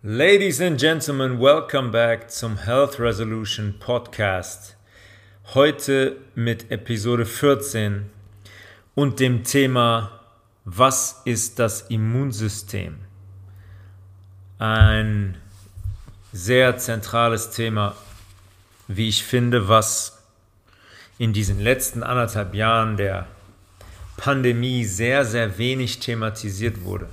Ladies and Gentlemen, welcome back zum Health Resolution Podcast. Heute mit Episode 14 und dem Thema: Was ist das Immunsystem? Ein sehr zentrales Thema, wie ich finde, was in diesen letzten 1,5 Jahren der Pandemie sehr, sehr wenig thematisiert wurde.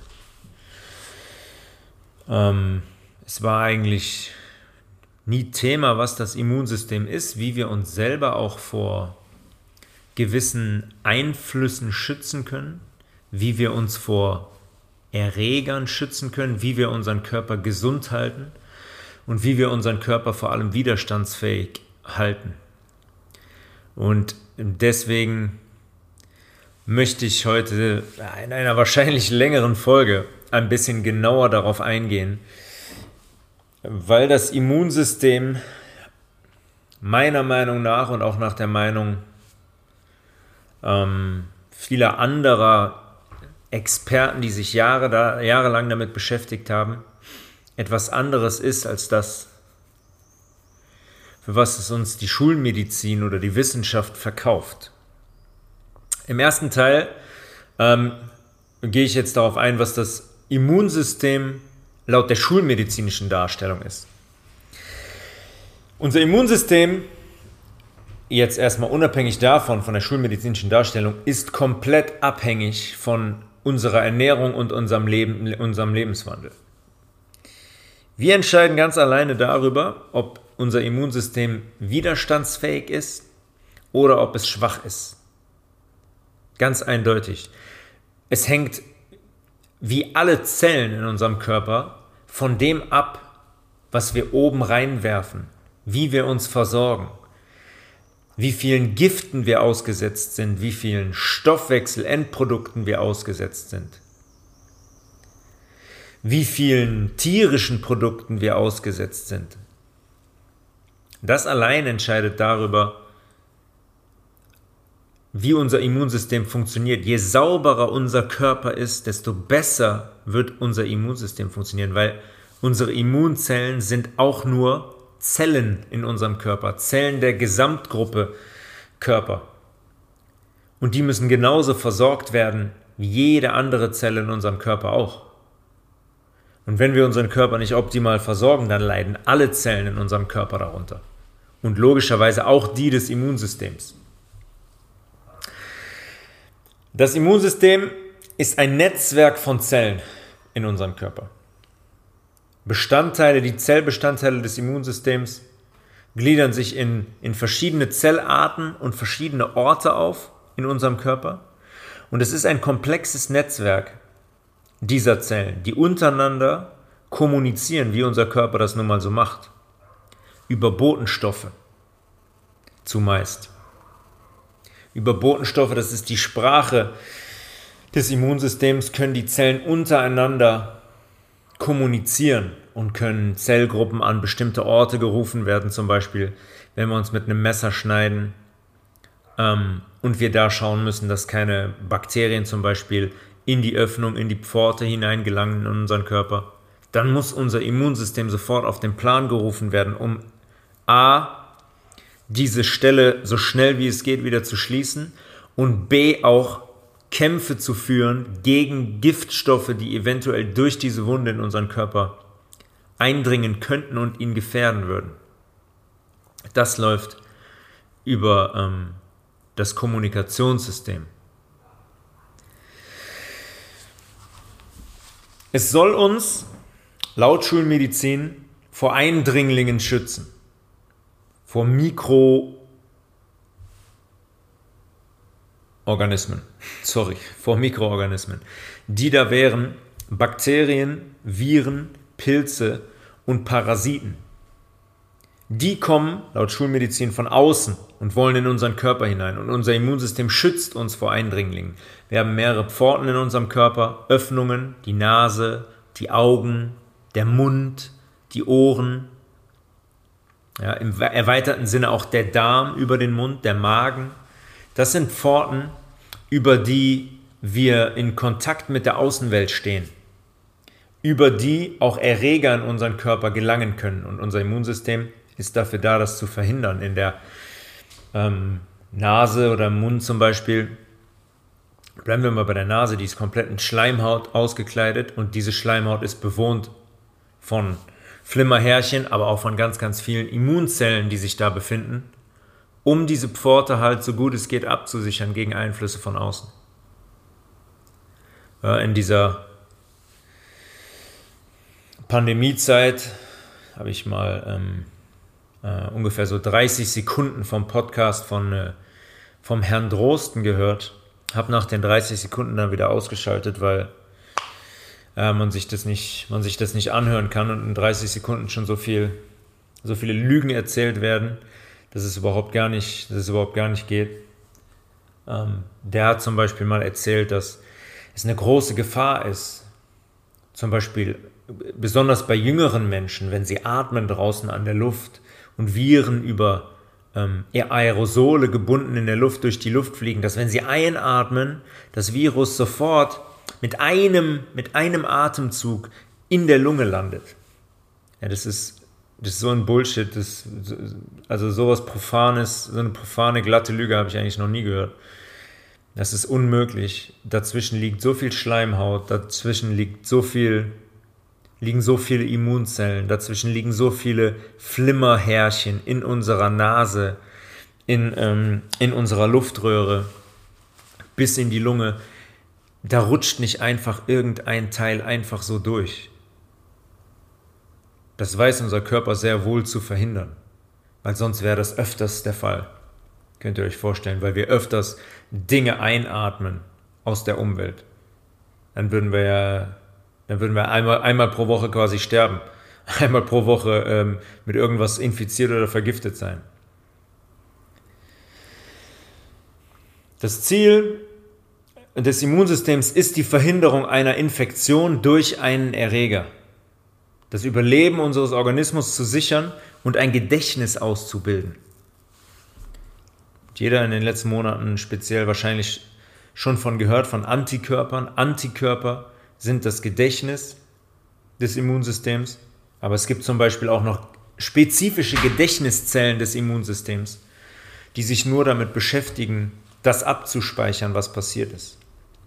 Es war eigentlich nie Thema, was das Immunsystem ist, wie wir uns selber auch vor gewissen Einflüssen schützen können, wie wir uns vor Erregern schützen können, wie wir unseren Körper gesund halten und wie wir unseren Körper vor allem widerstandsfähig halten. Und deswegen möchte ich heute in einer wahrscheinlich längeren Folge ein bisschen genauer darauf eingehen, weil das Immunsystem meiner Meinung nach und auch nach der Meinung vieler anderer Experten, die sich jahrelang damit beschäftigt haben, etwas anderes ist als das, für was es uns die Schulmedizin oder die Wissenschaft verkauft. Im ersten Teil gehe ich jetzt darauf ein, was das Immunsystem laut der schulmedizinischen Darstellung ist. Unser Immunsystem, jetzt erstmal unabhängig davon, von der schulmedizinischen Darstellung, ist komplett abhängig von unserer Ernährung und unserem Lebenswandel. Wir entscheiden ganz alleine darüber, ob unser Immunsystem widerstandsfähig ist oder ob es schwach ist. Ganz eindeutig. Es hängt wie alle Zellen in unserem Körper von dem ab, was wir oben reinwerfen, wie wir uns versorgen, wie vielen Giften wir ausgesetzt sind, wie vielen Stoffwechselendprodukten wir ausgesetzt sind, wie vielen tierischen Produkten wir ausgesetzt sind. Das allein entscheidet darüber, wie unser Immunsystem funktioniert. Je sauberer unser Körper ist, desto besser wird unser Immunsystem funktionieren, weil unsere Immunzellen sind auch nur Zellen in unserem Körper, Zellen der Gesamtgruppe Körper. Und die müssen genauso versorgt werden wie jede andere Zelle in unserem Körper auch. Und wenn wir unseren Körper nicht optimal versorgen, dann leiden alle Zellen in unserem Körper darunter. Und logischerweise auch die des Immunsystems. Das Immunsystem ist ein Netzwerk von Zellen in unserem Körper. Die Zellbestandteile des Immunsystems gliedern sich in verschiedene Zellarten und verschiedene Orte auf in unserem Körper. Und es ist ein komplexes Netzwerk dieser Zellen, die untereinander kommunizieren, wie unser Körper das nun mal so macht. Über Botenstoffe zumeist. Über Botenstoffe, das ist die Sprache des Immunsystems, können die Zellen untereinander kommunizieren und können Zellgruppen an bestimmte Orte gerufen werden, zum Beispiel, wenn wir uns mit einem Messer schneiden und wir da schauen müssen, dass keine Bakterien zum Beispiel in die Öffnung, in die Pforte hineingelangen in unseren Körper, dann muss unser Immunsystem sofort auf den Plan gerufen werden, um a. diese Stelle so schnell wie es geht wieder zu schließen und b. auch Kämpfe zu führen gegen Giftstoffe, die eventuell durch diese Wunde in unseren Körper eindringen könnten und ihn gefährden würden. Das läuft über das Kommunikationssystem. Es soll uns laut Schulmedizin vor Eindringlingen schützen. Vor Mikroorganismen, die da wären Bakterien, Viren, Pilze und Parasiten. Die kommen laut Schulmedizin von außen und wollen in unseren Körper hinein und unser Immunsystem schützt uns vor Eindringlingen. Wir haben mehrere Pforten in unserem Körper, Öffnungen, die Nase, die Augen, der Mund, die Ohren, ja, im erweiterten Sinne auch der Darm über den Mund, der Magen. Das sind Pforten, über die wir in Kontakt mit der Außenwelt stehen. über die auch Erreger in unseren Körper gelangen können. Und unser Immunsystem ist dafür da, das zu verhindern. In der Nase oder im Mund zum Beispiel, bleiben wir mal bei der Nase, die ist komplett in Schleimhaut ausgekleidet und diese Schleimhaut ist bewohnt von Flimmerhärchen, aber auch von ganz, ganz vielen Immunzellen, die sich da befinden, um diese Pforte halt so gut es geht abzusichern gegen Einflüsse von außen. In dieser Pandemiezeit habe ich mal ungefähr so 30 Sekunden vom Podcast vom Herrn Drosten gehört. Habe nach den 30 Sekunden dann wieder ausgeschaltet, weil man sich das nicht anhören kann und in 30 Sekunden schon so viele Lügen erzählt werden, dass es überhaupt gar nicht geht. Der hat zum Beispiel mal erzählt, dass es eine große Gefahr ist, zum Beispiel besonders bei jüngeren Menschen, wenn sie atmen draußen an der Luft und Viren über Aerosole gebunden in der Luft durch die Luft fliegen, dass wenn sie einatmen, das Virus sofort mit einem Atemzug in der Lunge landet. Ja, das ist so ein Bullshit, also sowas Profanes, so eine profane, glatte Lüge habe ich eigentlich noch nie gehört. Das ist unmöglich. Dazwischen liegt so viel Schleimhaut, dazwischen liegen so viele Immunzellen, dazwischen liegen so viele Flimmerhärchen in unserer Nase, in unserer Luftröhre, bis in die Lunge. Da rutscht nicht einfach irgendein Teil einfach so durch. Das weiß unser Körper sehr wohl zu verhindern, weil sonst wäre das öfters der Fall. Könnt ihr euch vorstellen, weil wir öfters Dinge einatmen aus der Umwelt. Dann würden wir einmal pro Woche quasi sterben. Einmal pro Woche mit irgendwas infiziert oder vergiftet sein. Das Ziel des Immunsystems ist die Verhinderung einer Infektion durch einen Erreger. Das Überleben unseres Organismus zu sichern und ein Gedächtnis auszubilden. Jeder in den letzten Monaten speziell wahrscheinlich schon von gehört, von Antikörpern. Antikörper sind das Gedächtnis des Immunsystems, aber es gibt zum Beispiel auch noch spezifische Gedächtniszellen des Immunsystems, die sich nur damit beschäftigen, das abzuspeichern, was passiert ist.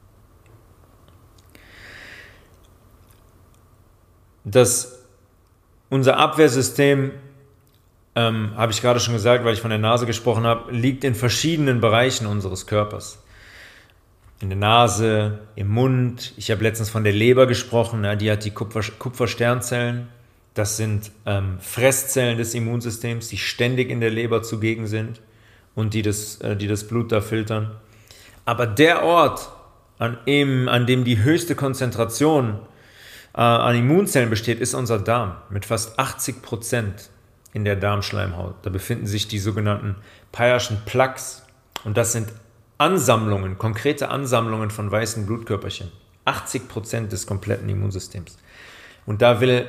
Unser Abwehrsystem, habe ich gerade schon gesagt, weil ich von der Nase gesprochen habe, liegt in verschiedenen Bereichen unseres Körpers. In der Nase, im Mund. Ich habe letztens von der Leber gesprochen, die hat die Kupfersternzellen. Das sind Fresszellen des Immunsystems, die ständig in der Leber zugegen sind und die das Blut da filtern. Aber der Ort, an dem die höchste Konzentration an Immunzellen besteht, ist unser Darm mit fast 80% in der Darmschleimhaut. Da befinden sich die sogenannten Peyer'schen Plaques und das sind konkrete Ansammlungen von weißen Blutkörperchen. 80% des kompletten Immunsystems. Und da will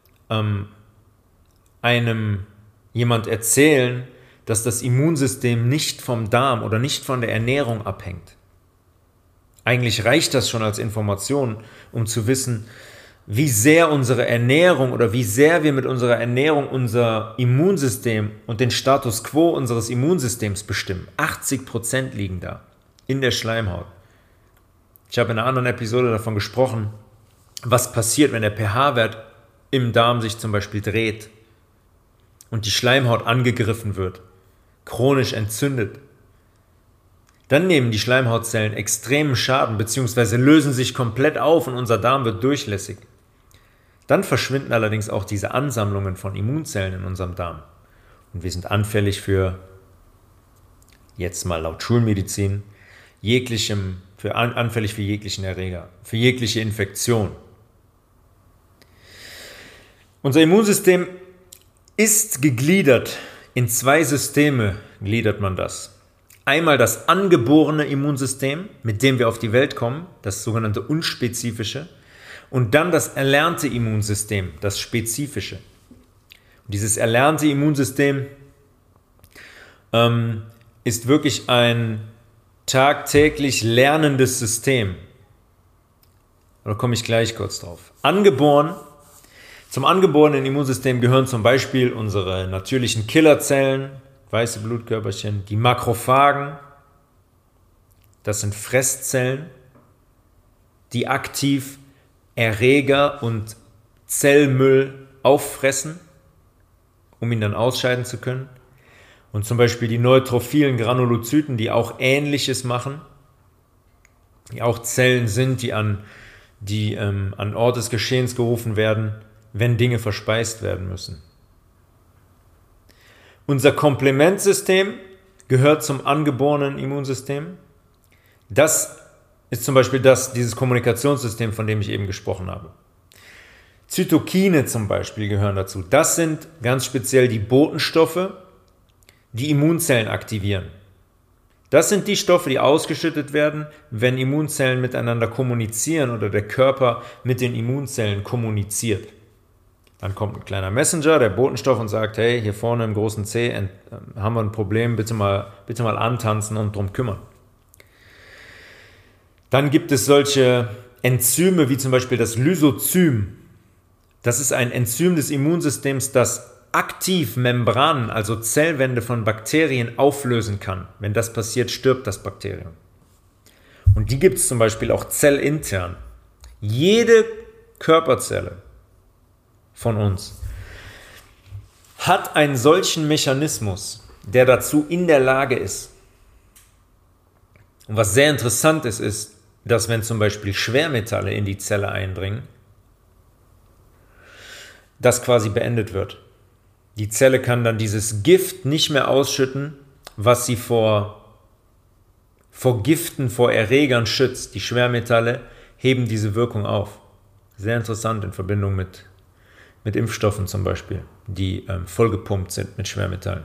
einem jemand erzählen, dass das Immunsystem nicht vom Darm oder nicht von der Ernährung abhängt. Eigentlich reicht das schon als Information, um zu wissen, wie sehr unsere Ernährung oder wie sehr wir mit unserer Ernährung unser Immunsystem und den Status quo unseres Immunsystems bestimmen. 80% liegen da in der Schleimhaut. Ich habe in einer anderen Episode davon gesprochen, was passiert, wenn der pH-Wert im Darm sich zum Beispiel dreht und die Schleimhaut angegriffen wird, chronisch entzündet. Dann nehmen die Schleimhautzellen extremen Schaden bzw. lösen sich komplett auf und unser Darm wird durchlässig. Dann verschwinden allerdings auch diese Ansammlungen von Immunzellen in unserem Darm. Und wir sind anfällig für, jetzt mal laut Schulmedizin, anfällig für jeglichen Erreger, für jegliche Infektion. Unser Immunsystem ist gegliedert. In 2 Systeme gliedert man das. Einmal das angeborene Immunsystem, mit dem wir auf die Welt kommen, das sogenannte unspezifische, und dann das erlernte Immunsystem, das spezifische. Und dieses erlernte Immunsystem ist wirklich ein tagtäglich lernendes System. Da komme ich gleich kurz drauf. Angeboren. Zum angeborenen Immunsystem gehören zum Beispiel unsere natürlichen Killerzellen, weiße Blutkörperchen, die Makrophagen, das sind Fresszellen, die aktiv Erreger und Zellmüll auffressen, um ihn dann ausscheiden zu können. Und zum Beispiel die neutrophilen Granulozyten, die auch Ähnliches machen, die auch Zellen sind, die an Ort des Geschehens gerufen werden, wenn Dinge verspeist werden müssen. Unser Komplementsystem gehört zum angeborenen Immunsystem. Das ist zum Beispiel dieses Kommunikationssystem, von dem ich eben gesprochen habe. Zytokine zum Beispiel gehören dazu. Das sind ganz speziell die Botenstoffe, die Immunzellen aktivieren. Das sind die Stoffe, die ausgeschüttet werden, wenn Immunzellen miteinander kommunizieren oder der Körper mit den Immunzellen kommuniziert. Dann kommt ein kleiner Messenger, der Botenstoff, und sagt, hey, hier vorne im großen C haben wir ein Problem, bitte mal antanzen und drum kümmern. Dann gibt es solche Enzyme wie zum Beispiel das Lysozym. Das ist ein Enzym des Immunsystems, das aktiv Membranen, also Zellwände von Bakterien auflösen kann. Wenn das passiert, stirbt das Bakterium. Und die gibt es zum Beispiel auch zellintern. Jede Körperzelle von uns hat einen solchen Mechanismus, der dazu in der Lage ist. Und was sehr interessant ist, dass wenn zum Beispiel Schwermetalle in die Zelle eindringen, das quasi beendet wird. Die Zelle kann dann dieses Gift nicht mehr ausschütten, was sie vor Giften, vor Erregern schützt. Die Schwermetalle heben diese Wirkung auf. Sehr interessant in Verbindung mit Impfstoffen zum Beispiel, die vollgepumpt sind mit Schwermetallen.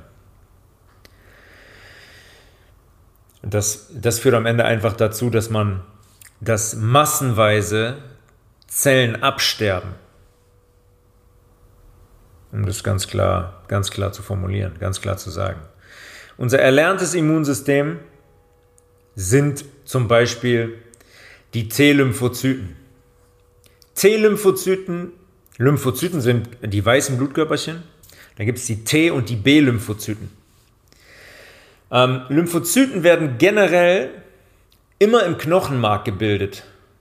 Das führt am Ende einfach dazu, dass massenweise Zellen absterben. Um das ganz klar zu formulieren, ganz klar zu sagen. Unser erlerntes Immunsystem sind zum Beispiel die T-Lymphozyten. Lymphozyten sind die weißen Blutkörperchen. Dann gibt es die T- und die B-Lymphozyten. Lymphozyten werden generell immer im Knochenmark gebildet.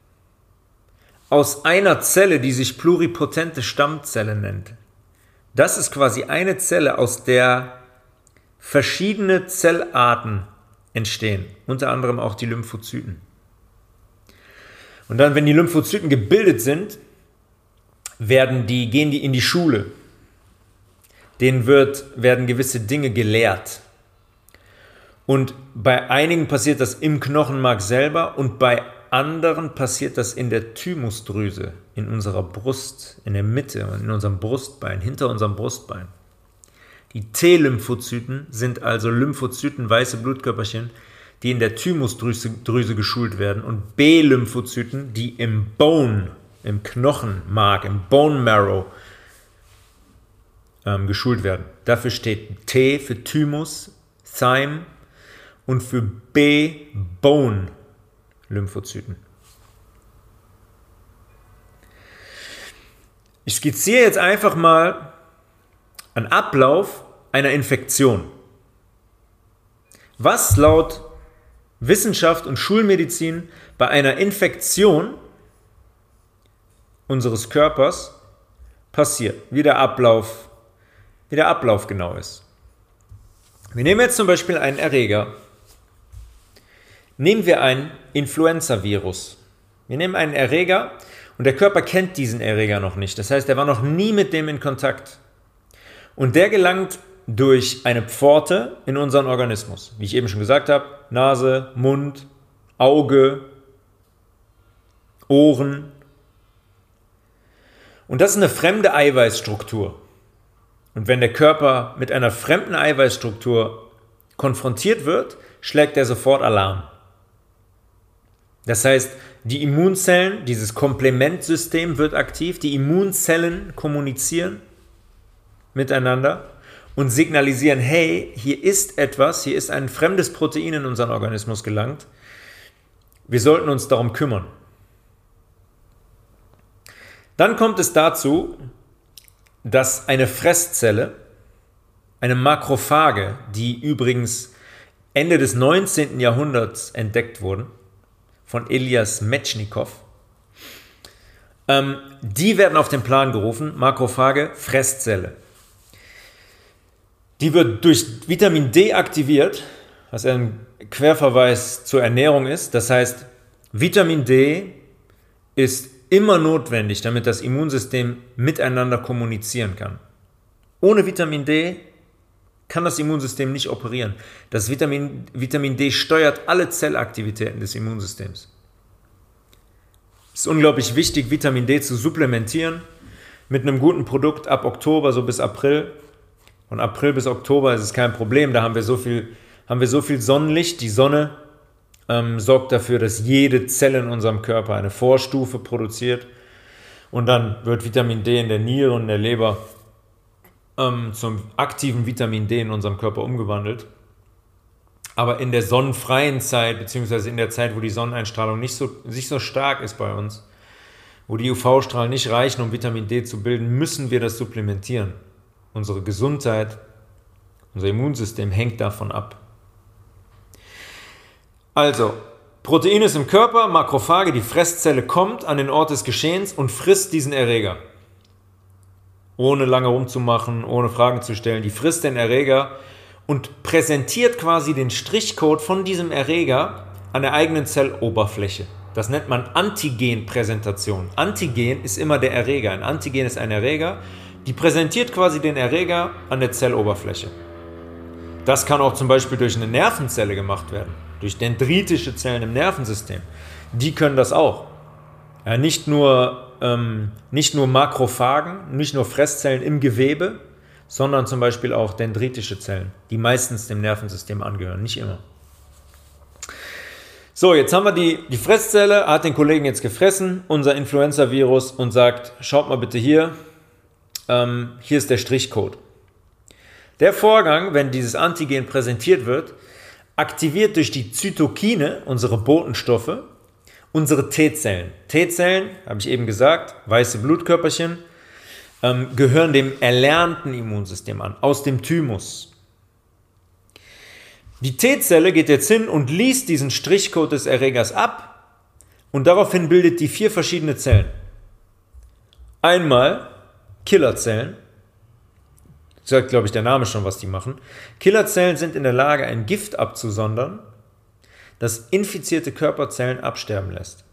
Aus einer Zelle, die sich pluripotente Stammzelle nennt. Das ist quasi eine Zelle, aus der verschiedene Zellarten entstehen. Unter anderem auch die Lymphozyten. Und dann, wenn die Lymphozyten gebildet sind, gehen die in die Schule. Denen werden gewisse Dinge gelehrt. Und bei einigen passiert das im Knochenmark selber und bei anderen passiert das in der Thymusdrüse, in unserer Brust, in der Mitte und in unserem Brustbein, hinter unserem Brustbein. Die T-Lymphozyten sind also Lymphozyten, weiße Blutkörperchen, die in der Thymusdrüse geschult werden, und B-Lymphozyten, die im Knochenmark, im Bone Marrow geschult werden. Dafür steht T für Thymus, Thyme, und für B, Bone Lymphozyten. Ich skizziere jetzt einfach mal einen Ablauf einer Infektion. Was laut Wissenschaft und Schulmedizin bei einer Infektion unseres Körpers passiert, wie der Ablauf genau ist. Wir nehmen jetzt zum Beispiel einen Erreger. Nehmen wir ein Influenza-Virus. Wir nehmen einen Erreger und der Körper kennt diesen Erreger noch nicht. Das heißt, er war noch nie mit dem in Kontakt. Und der gelangt durch eine Pforte in unseren Organismus. Wie ich eben schon gesagt habe, Nase, Mund, Auge, Ohren. Und das ist eine fremde Eiweißstruktur. Und wenn der Körper mit einer fremden Eiweißstruktur konfrontiert wird, schlägt er sofort Alarm. Das heißt, die Immunzellen, dieses Komplementsystem wird aktiv, die Immunzellen kommunizieren miteinander und signalisieren, hey, hier ist ein fremdes Protein in unseren Organismus gelangt, wir sollten uns darum kümmern. Dann kommt es dazu, dass eine Fresszelle, eine Makrophage, die übrigens Ende des 19. Jahrhunderts entdeckt wurden, von Elias Metschnikow, die werden auf den Plan gerufen, Makrophage, Fresszelle. Die wird durch Vitamin D aktiviert, was ein Querverweis zur Ernährung ist. Das heißt, Vitamin D ist immer notwendig, damit das Immunsystem miteinander kommunizieren kann. Ohne Vitamin D kann das Immunsystem nicht operieren. Das Vitamin D steuert alle Zellaktivitäten des Immunsystems. Es ist unglaublich wichtig, Vitamin D zu supplementieren mit einem guten Produkt ab Oktober, so bis April. Von April bis Oktober ist es kein Problem, da haben wir so viel Sonnenlicht. Die Sonne sorgt dafür, dass jede Zelle in unserem Körper eine Vorstufe produziert und dann wird Vitamin D in der Niere und in der Leber zum aktiven Vitamin D in unserem Körper umgewandelt. Aber in der sonnenfreien Zeit, beziehungsweise in der Zeit, wo die Sonneneinstrahlung nicht so stark ist bei uns, wo die UV-Strahlen nicht reichen, um Vitamin D zu bilden, müssen wir das supplementieren. Unsere Gesundheit, unser Immunsystem hängt davon ab. Also, Protein ist im Körper, Makrophage, die Fresszelle kommt an den Ort des Geschehens und frisst diesen Erreger. Ohne lange rumzumachen, ohne Fragen zu stellen. Die frisst den Erreger und präsentiert quasi den Strichcode von diesem Erreger an der eigenen Zelloberfläche. Das nennt man Antigenpräsentation. Antigen ist immer der Erreger. Ein Antigen ist ein Erreger, die präsentiert quasi den Erreger an der Zelloberfläche. Das kann auch zum Beispiel durch eine Nervenzelle gemacht werden, durch dendritische Zellen im Nervensystem. Die können das auch. Ja, nicht nur Makrophagen, nicht nur Fresszellen im Gewebe, sondern zum Beispiel auch dendritische Zellen, die meistens dem Nervensystem angehören, nicht immer. So, jetzt haben wir die Fresszelle, hat den Kollegen jetzt gefressen, unser Influenza-Virus, und sagt, schaut mal bitte hier ist der Strichcode. Der Vorgang, wenn dieses Antigen präsentiert wird, aktiviert durch die Zytokine, unsere Botenstoffe, unsere T-Zellen. T-Zellen, habe ich eben gesagt, weiße Blutkörperchen, gehören dem erlernten Immunsystem an, aus dem Thymus. Die T-Zelle geht jetzt hin und liest diesen Strichcode des Erregers ab und daraufhin bildet die 4 verschiedene Zellen. Einmal Killerzellen, sagt, glaube ich, der Name schon, was die machen. Killerzellen sind in der Lage, ein Gift abzusondern, das infizierte Körperzellen absterben lässt.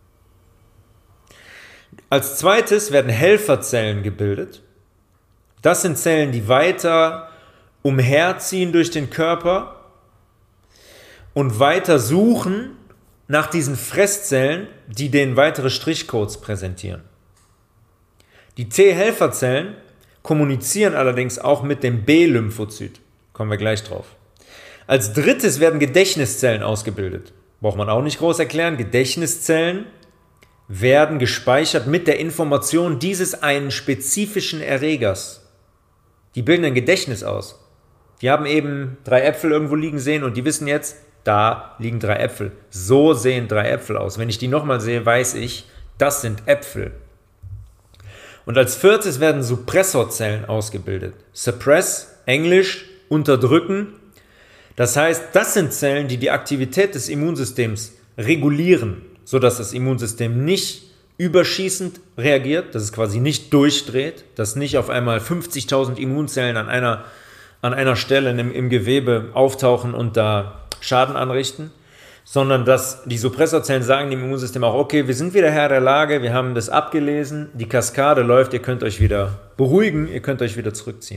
Als zweites werden Helferzellen gebildet. Das sind Zellen, die weiter umherziehen durch den Körper und weiter suchen nach diesen Fresszellen, die denen weitere Strichcodes präsentieren. Die T-Helferzellen kommunizieren allerdings auch mit dem B-Lymphozyt. Kommen wir gleich drauf. Als drittes werden Gedächtniszellen ausgebildet. Braucht man auch nicht groß erklären. Gedächtniszellen werden gespeichert mit der Information dieses einen spezifischen Erregers. Die bilden ein Gedächtnis aus. Die haben eben 3 Äpfel irgendwo liegen sehen und die wissen jetzt, da liegen 3 Äpfel. So sehen 3 Äpfel aus. Wenn ich die nochmal sehe, weiß ich, das sind Äpfel. Und als viertes werden Suppressorzellen ausgebildet. Suppress, Englisch, unterdrücken. Das heißt, das sind Zellen, die die Aktivität des Immunsystems regulieren, sodass das Immunsystem nicht überschießend reagiert, dass es quasi nicht durchdreht, dass nicht auf einmal 50.000 Immunzellen an einer Stelle im Gewebe auftauchen und da Schaden anrichten, sondern dass die Suppressorzellen sagen dem Immunsystem auch, okay, wir sind wieder Herr der Lage, wir haben das abgelesen, die Kaskade läuft, ihr könnt euch wieder beruhigen, ihr könnt euch wieder zurückziehen.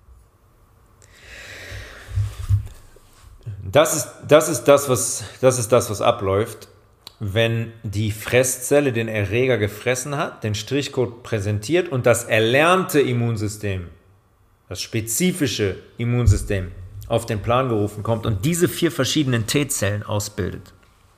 Das ist das, was abläuft, wenn die Fresszelle den Erreger gefressen hat, den Strichcode präsentiert und das erlernte Immunsystem, das spezifische Immunsystem auf den Plan gerufen kommt und diese 4 verschiedenen T-Zellen ausbildet.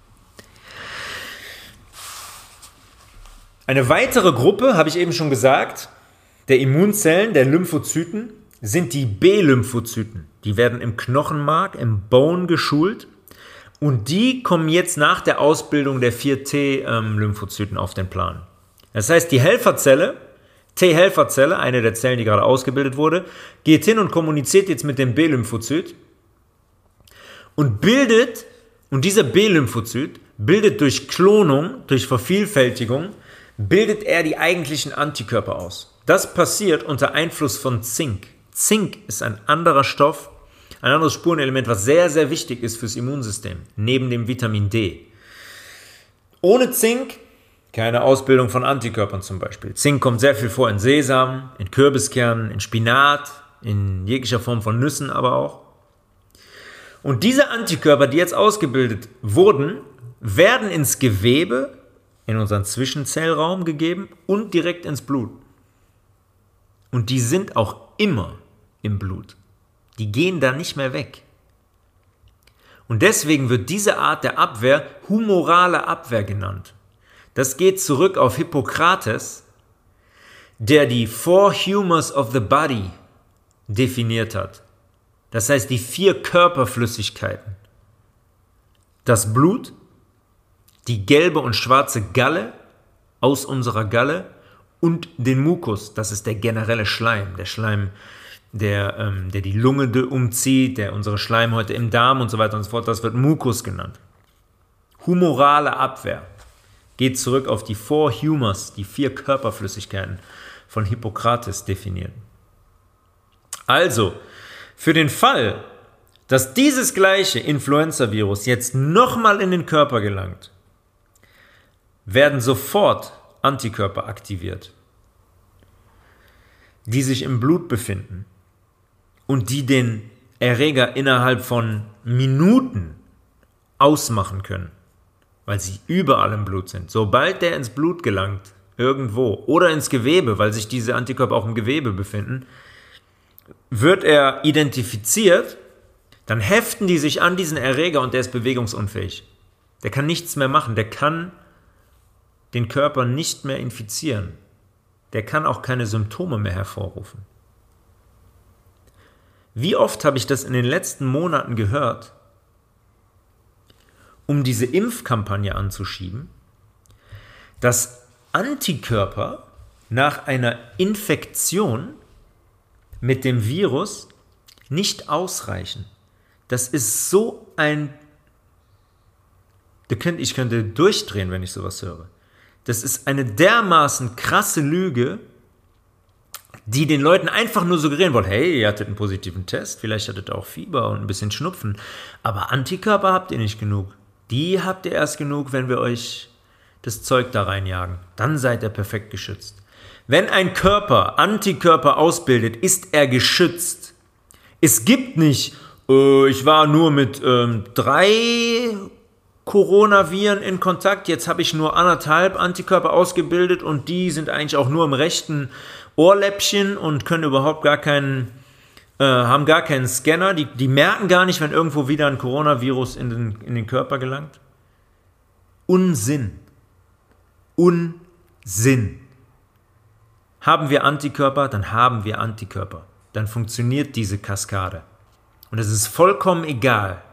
Eine weitere Gruppe, habe ich eben schon gesagt, der Immunzellen, der Lymphozyten, sind die B-Lymphozyten. Die werden im Knochenmark, im Bone geschult und die kommen jetzt nach der Ausbildung der 4 T-Lymphozyten auf den Plan. Das heißt, die Helferzelle, T-Helferzelle, eine der Zellen, die gerade ausgebildet wurde, geht hin und kommuniziert jetzt mit dem B-Lymphozyt und dieser B-Lymphozyt bildet durch Klonung, durch Vervielfältigung, bildet er die eigentlichen Antikörper aus. Das passiert unter Einfluss von Zink. Zink ist ein anderer Stoff, ein anderes Spurenelement, was sehr, sehr wichtig ist fürs Immunsystem, neben dem Vitamin D. Ohne Zink keine Ausbildung von Antikörpern zum Beispiel. Zink kommt sehr viel vor in Sesam, in Kürbiskernen, in Spinat, in jeglicher Form von Nüssen aber auch. Und diese Antikörper, die jetzt ausgebildet wurden, werden ins Gewebe, in unseren Zwischenzellraum gegeben und direkt ins Blut. Und die sind auch immer im Blut. Die gehen da nicht mehr weg. Und deswegen wird diese Art der Abwehr humorale Abwehr genannt. Das geht zurück auf Hippokrates, der die 4 Humors of the Body definiert hat. Das heißt, die 4 Körperflüssigkeiten. Das Blut, die gelbe und schwarze Galle aus unserer Galle und den Mukus, das ist der generelle Schleim, der Schleim, der die Lunge umzieht, der unsere Schleimhäute im Darm und so weiter und so fort, das wird Mukus genannt. Humorale Abwehr geht zurück auf die 4 Humors, die 4 Körperflüssigkeiten von Hippokrates definiert. Also, für den Fall, dass dieses gleiche Influenza-Virus jetzt nochmal in den Körper gelangt, werden sofort Antikörper aktiviert, die sich im Blut befinden und die den Erreger innerhalb von Minuten ausmachen können, weil sie überall im Blut sind. Sobald der ins Blut gelangt, irgendwo, oder ins Gewebe, weil sich diese Antikörper auch im Gewebe befinden, wird er identifiziert, dann heften die sich an diesen Erreger und der ist bewegungsunfähig. Der kann nichts mehr machen, der kann den Körper nicht mehr infizieren. Der kann auch keine Symptome mehr hervorrufen. Wie oft habe ich das in den letzten Monaten gehört, um diese Impfkampagne anzuschieben, dass Antikörper nach einer Infektion mit dem Virus nicht ausreichen. Das ist so ein... Ich könnte durchdrehen, wenn ich sowas höre. Das ist eine dermaßen krasse Lüge, die den Leuten einfach nur suggerieren wollen, hey, ihr hattet einen positiven Test, vielleicht hattet ihr auch Fieber und ein bisschen Schnupfen, aber Antikörper habt ihr nicht genug. Die habt ihr erst genug, wenn wir euch das Zeug da reinjagen. Dann seid ihr perfekt geschützt. Wenn ein Körper Antikörper ausbildet, ist er geschützt. Es gibt nicht, ich war nur mit 3 Coronaviren in Kontakt, jetzt habe ich nur 1,5 Antikörper ausgebildet und die sind eigentlich auch nur im rechten Ohrläppchen und können überhaupt haben gar keinen Scanner, die merken gar nicht, wenn irgendwo wieder ein Coronavirus in den Körper gelangt. Unsinn. Unsinn. Haben wir Antikörper, dann haben wir Antikörper. Dann funktioniert diese Kaskade. Und es ist vollkommen egal,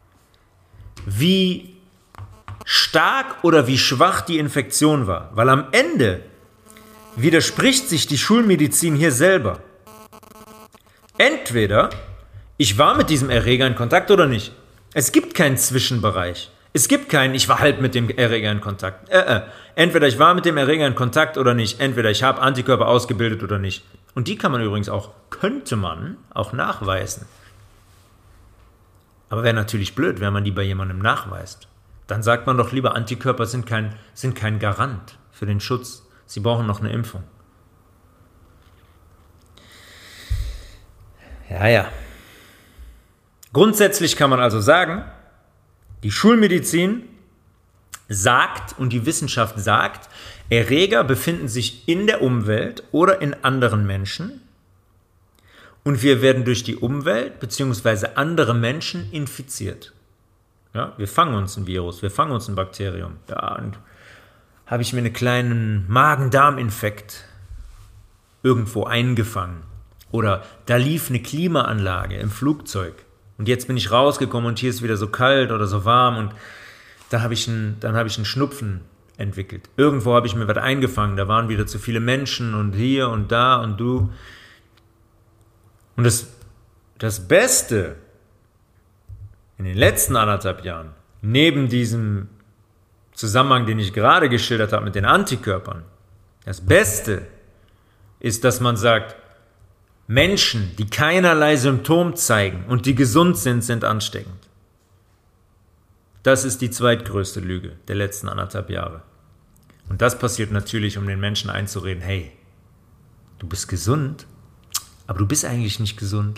wie stark oder wie schwach die Infektion war. Weil am Ende widerspricht sich die Schulmedizin hier selber. Entweder ich war mit diesem Erreger in Kontakt oder nicht. Es gibt keinen Zwischenbereich. Es gibt keinen, ich war halt mit dem Erreger in Kontakt. Entweder ich war mit dem Erreger in Kontakt oder nicht. Entweder ich habe Antikörper ausgebildet oder nicht. Und die kann man übrigens könnte man auch nachweisen. Aber wäre natürlich blöd, wenn man die bei jemandem nachweist. Dann sagt man doch lieber, Antikörper sind kein Garant für den Schutz. Sie brauchen noch eine Impfung. Ja. Grundsätzlich kann man also sagen, die Schulmedizin sagt und die Wissenschaft sagt, Erreger befinden sich in der Umwelt oder in anderen Menschen und wir werden durch die Umwelt bzw. andere Menschen infiziert. Ja, wir fangen uns ein Virus, wir fangen uns ein Bakterium. Ja, und habe ich mir einen kleinen Magen-Darm-Infekt irgendwo eingefangen. Oder da lief eine Klimaanlage im Flugzeug und jetzt bin ich rausgekommen und hier ist wieder so kalt oder so warm und dann habe ich einen Schnupfen entwickelt. Irgendwo habe ich mir was eingefangen, da waren wieder zu viele Menschen und hier und da und du. Und das Beste in den letzten 1,5 Jahren, neben diesem Zusammenhang, den ich gerade geschildert habe mit den Antikörpern, das Beste ist, dass man sagt, Menschen, die keinerlei Symptom zeigen und die gesund sind, sind ansteckend. Das ist die zweitgrößte Lüge der letzten 1,5 Jahre. Und das passiert natürlich, um den Menschen einzureden, hey, du bist gesund, aber du bist eigentlich nicht gesund.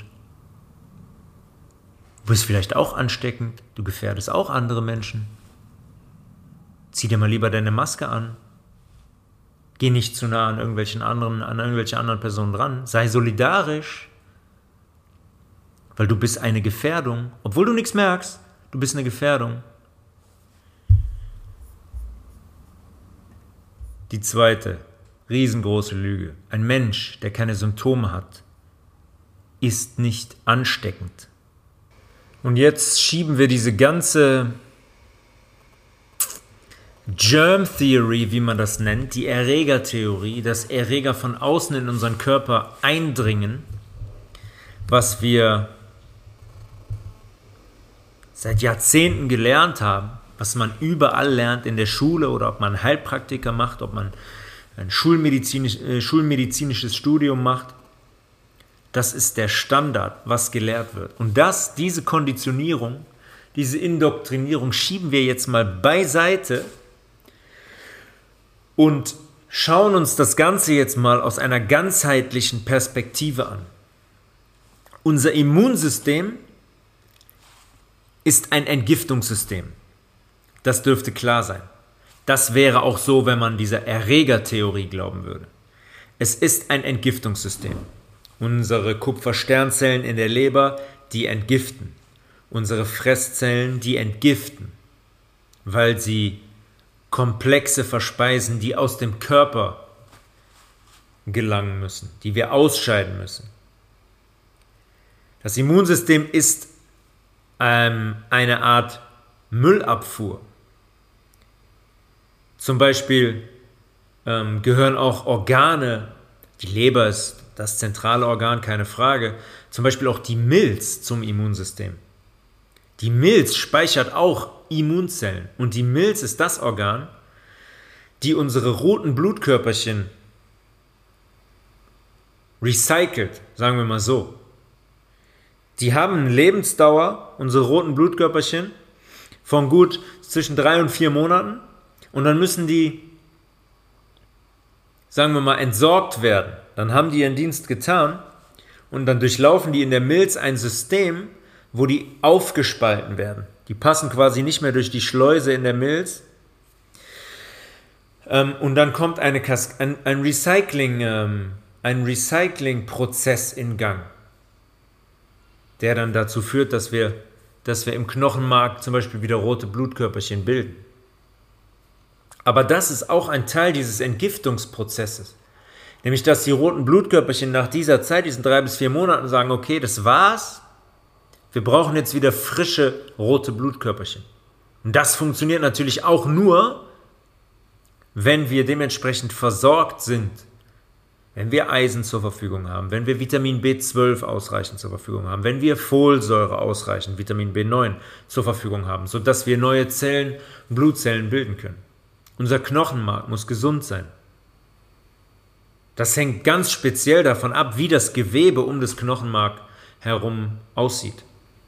Du bist vielleicht auch ansteckend, du gefährdest auch andere Menschen. Zieh dir mal lieber deine Maske an. Geh nicht zu nah an irgendwelche anderen Personen dran. Sei solidarisch, weil du bist eine Gefährdung. Obwohl du nichts merkst, du bist eine Gefährdung. Die zweite riesengroße Lüge. Ein Mensch, der keine Symptome hat, ist nicht ansteckend. Und jetzt schieben wir diese ganze Germ Theory, wie man das nennt, die Erregertheorie, dass Erreger von außen in unseren Körper eindringen, was wir seit Jahrzehnten gelernt haben, was man überall lernt in der Schule oder ob man Heilpraktiker macht, ob man ein schulmedizinisches Studium macht. Das ist der Standard, was gelehrt wird. Und diese Konditionierung, diese Indoktrinierung schieben wir jetzt mal beiseite und schauen uns das Ganze jetzt mal aus einer ganzheitlichen Perspektive an. Unser Immunsystem ist ein Entgiftungssystem. Das dürfte klar sein. Das wäre auch so, wenn man dieser Erregertheorie glauben würde. Es ist ein Entgiftungssystem. Unsere Kupfersternzellen in der Leber, die entgiften. Unsere Fresszellen, die entgiften, weil sie Komplexe verspeisen, die aus dem Körper gelangen müssen, die wir ausscheiden müssen. Das Immunsystem ist eine Art Müllabfuhr. Zum Beispiel gehören auch Organe, die Leber ist das zentrale Organ, keine Frage, zum Beispiel auch die Milz zum Immunsystem. Die Milz speichert auch Immunzellen und die Milz ist das Organ, die unsere roten Blutkörperchen recycelt, sagen wir mal so. Die haben eine Lebensdauer, unsere roten Blutkörperchen, von gut zwischen 3 und 4 Monaten und dann müssen die, sagen wir mal, entsorgt werden. Dann haben die ihren Dienst getan und dann durchlaufen die in der Milz ein System, wo die aufgespalten werden. Die passen quasi nicht mehr durch die Schleuse in der Milz. Und dann kommt ein Recyclingprozess in Gang, der dann dazu führt, dass wir im Knochenmark zum Beispiel wieder rote Blutkörperchen bilden. Aber das ist auch ein Teil dieses Entgiftungsprozesses. Nämlich, dass die roten Blutkörperchen nach dieser Zeit, diesen 3 bis 4 Monaten, sagen, okay, das war's. Wir brauchen jetzt wieder frische rote Blutkörperchen. Und das funktioniert natürlich auch nur, wenn wir dementsprechend versorgt sind. Wenn wir Eisen zur Verfügung haben, wenn wir Vitamin B12 ausreichend zur Verfügung haben, wenn wir Folsäure ausreichend, Vitamin B9 zur Verfügung haben, sodass wir neue Zellen, Blutzellen bilden können. Unser Knochenmark muss gesund sein. Das hängt ganz speziell davon ab, wie das Gewebe um das Knochenmark herum aussieht.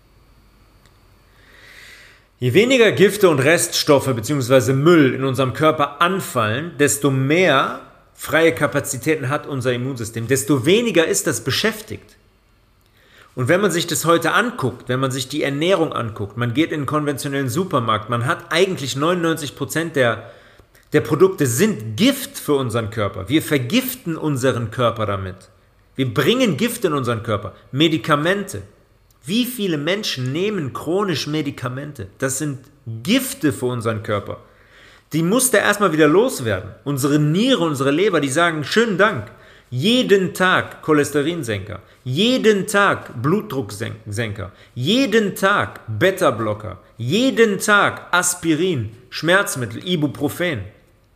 Je weniger Gifte und Reststoffe bzw. Müll in unserem Körper anfallen, desto mehr freie Kapazitäten hat unser Immunsystem, desto weniger ist das beschäftigt. Und wenn man sich das heute anguckt, wenn man sich die Ernährung anguckt, man geht in einen konventionellen Supermarkt, man hat eigentlich 99% der Produkte sind Gift für unseren Körper. Wir vergiften unseren Körper damit. Wir bringen Gift in unseren Körper. Medikamente. Wie viele Menschen nehmen chronisch Medikamente? Das sind Gifte für unseren Körper. Die muss der erstmal wieder loswerden. Unsere Niere, unsere Leber, die sagen, schönen Dank. Jeden Tag Cholesterinsenker, jeden Tag Blutdrucksenker, jeden Tag Beta-Blocker, jeden Tag Aspirin, Schmerzmittel, Ibuprofen.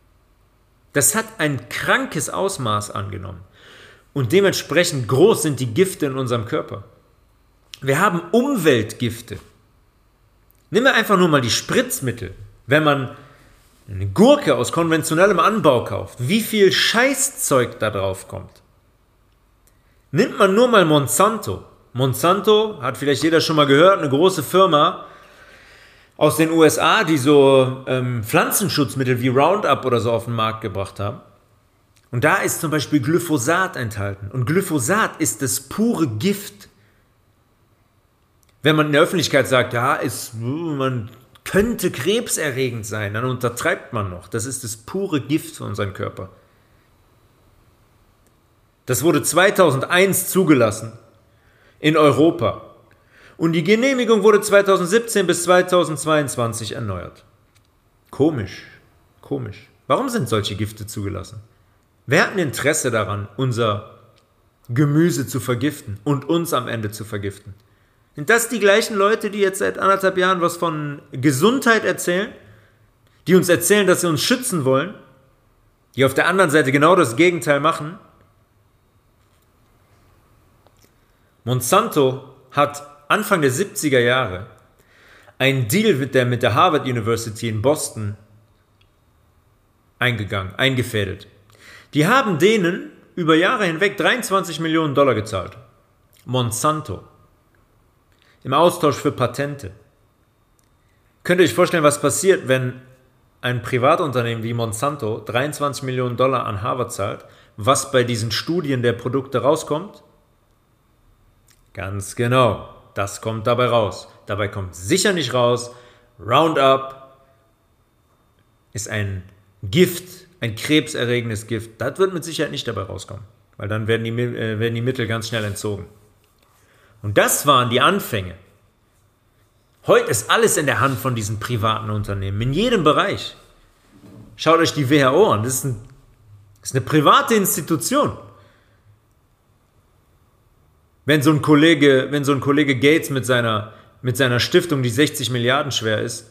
Das hat ein krankes Ausmaß angenommen. Und dementsprechend groß sind die Gifte in unserem Körper. Wir haben Umweltgifte. Nimm mir einfach nur mal die Spritzmittel. Wenn man eine Gurke aus konventionellem Anbau kauft, wie viel Scheißzeug da drauf kommt. Nimmt man nur mal Monsanto. Monsanto, hat vielleicht jeder schon mal gehört, eine große Firma aus den USA, die so Pflanzenschutzmittel wie Roundup oder so auf den Markt gebracht haben. Und da ist zum Beispiel Glyphosat enthalten. Und Glyphosat ist das pure Gift. Wenn man in der Öffentlichkeit sagt, ja, man könnte krebserregend sein, dann untertreibt man noch. Das ist das pure Gift für unseren Körper. Das wurde 2001 zugelassen in Europa. Und die Genehmigung wurde 2017 bis 2022 erneuert. Komisch. Warum sind solche Gifte zugelassen? Wer hat ein Interesse daran, unser Gemüse zu vergiften und uns am Ende zu vergiften? Sind das die gleichen Leute, die jetzt seit 1,5 Jahren was von Gesundheit erzählen? Die uns erzählen, dass sie uns schützen wollen? Die auf der anderen Seite genau das Gegenteil machen? Monsanto hat Anfang der 70er Jahre einen Deal mit der Harvard University in Boston eingefädelt. Die haben denen über Jahre hinweg $23 Millionen gezahlt. Monsanto. Im Austausch für Patente. Könnt ihr euch vorstellen, was passiert, wenn ein Privatunternehmen wie Monsanto $23 Millionen an Harvard zahlt, was bei diesen Studien der Produkte rauskommt? Ganz genau, das kommt dabei raus. Dabei kommt sicher nicht raus, Roundup ist ein Gift, ein krebserregendes Gift. Das wird mit Sicherheit nicht dabei rauskommen, weil dann werden die Mittel ganz schnell entzogen. Und das waren die Anfänge. Heute ist alles in der Hand von diesen privaten Unternehmen, in jedem Bereich. Schaut euch die WHO an, das ist eine private Institution. Wenn so ein Kollege Gates mit seiner Stiftung, die 60 Milliarden schwer ist,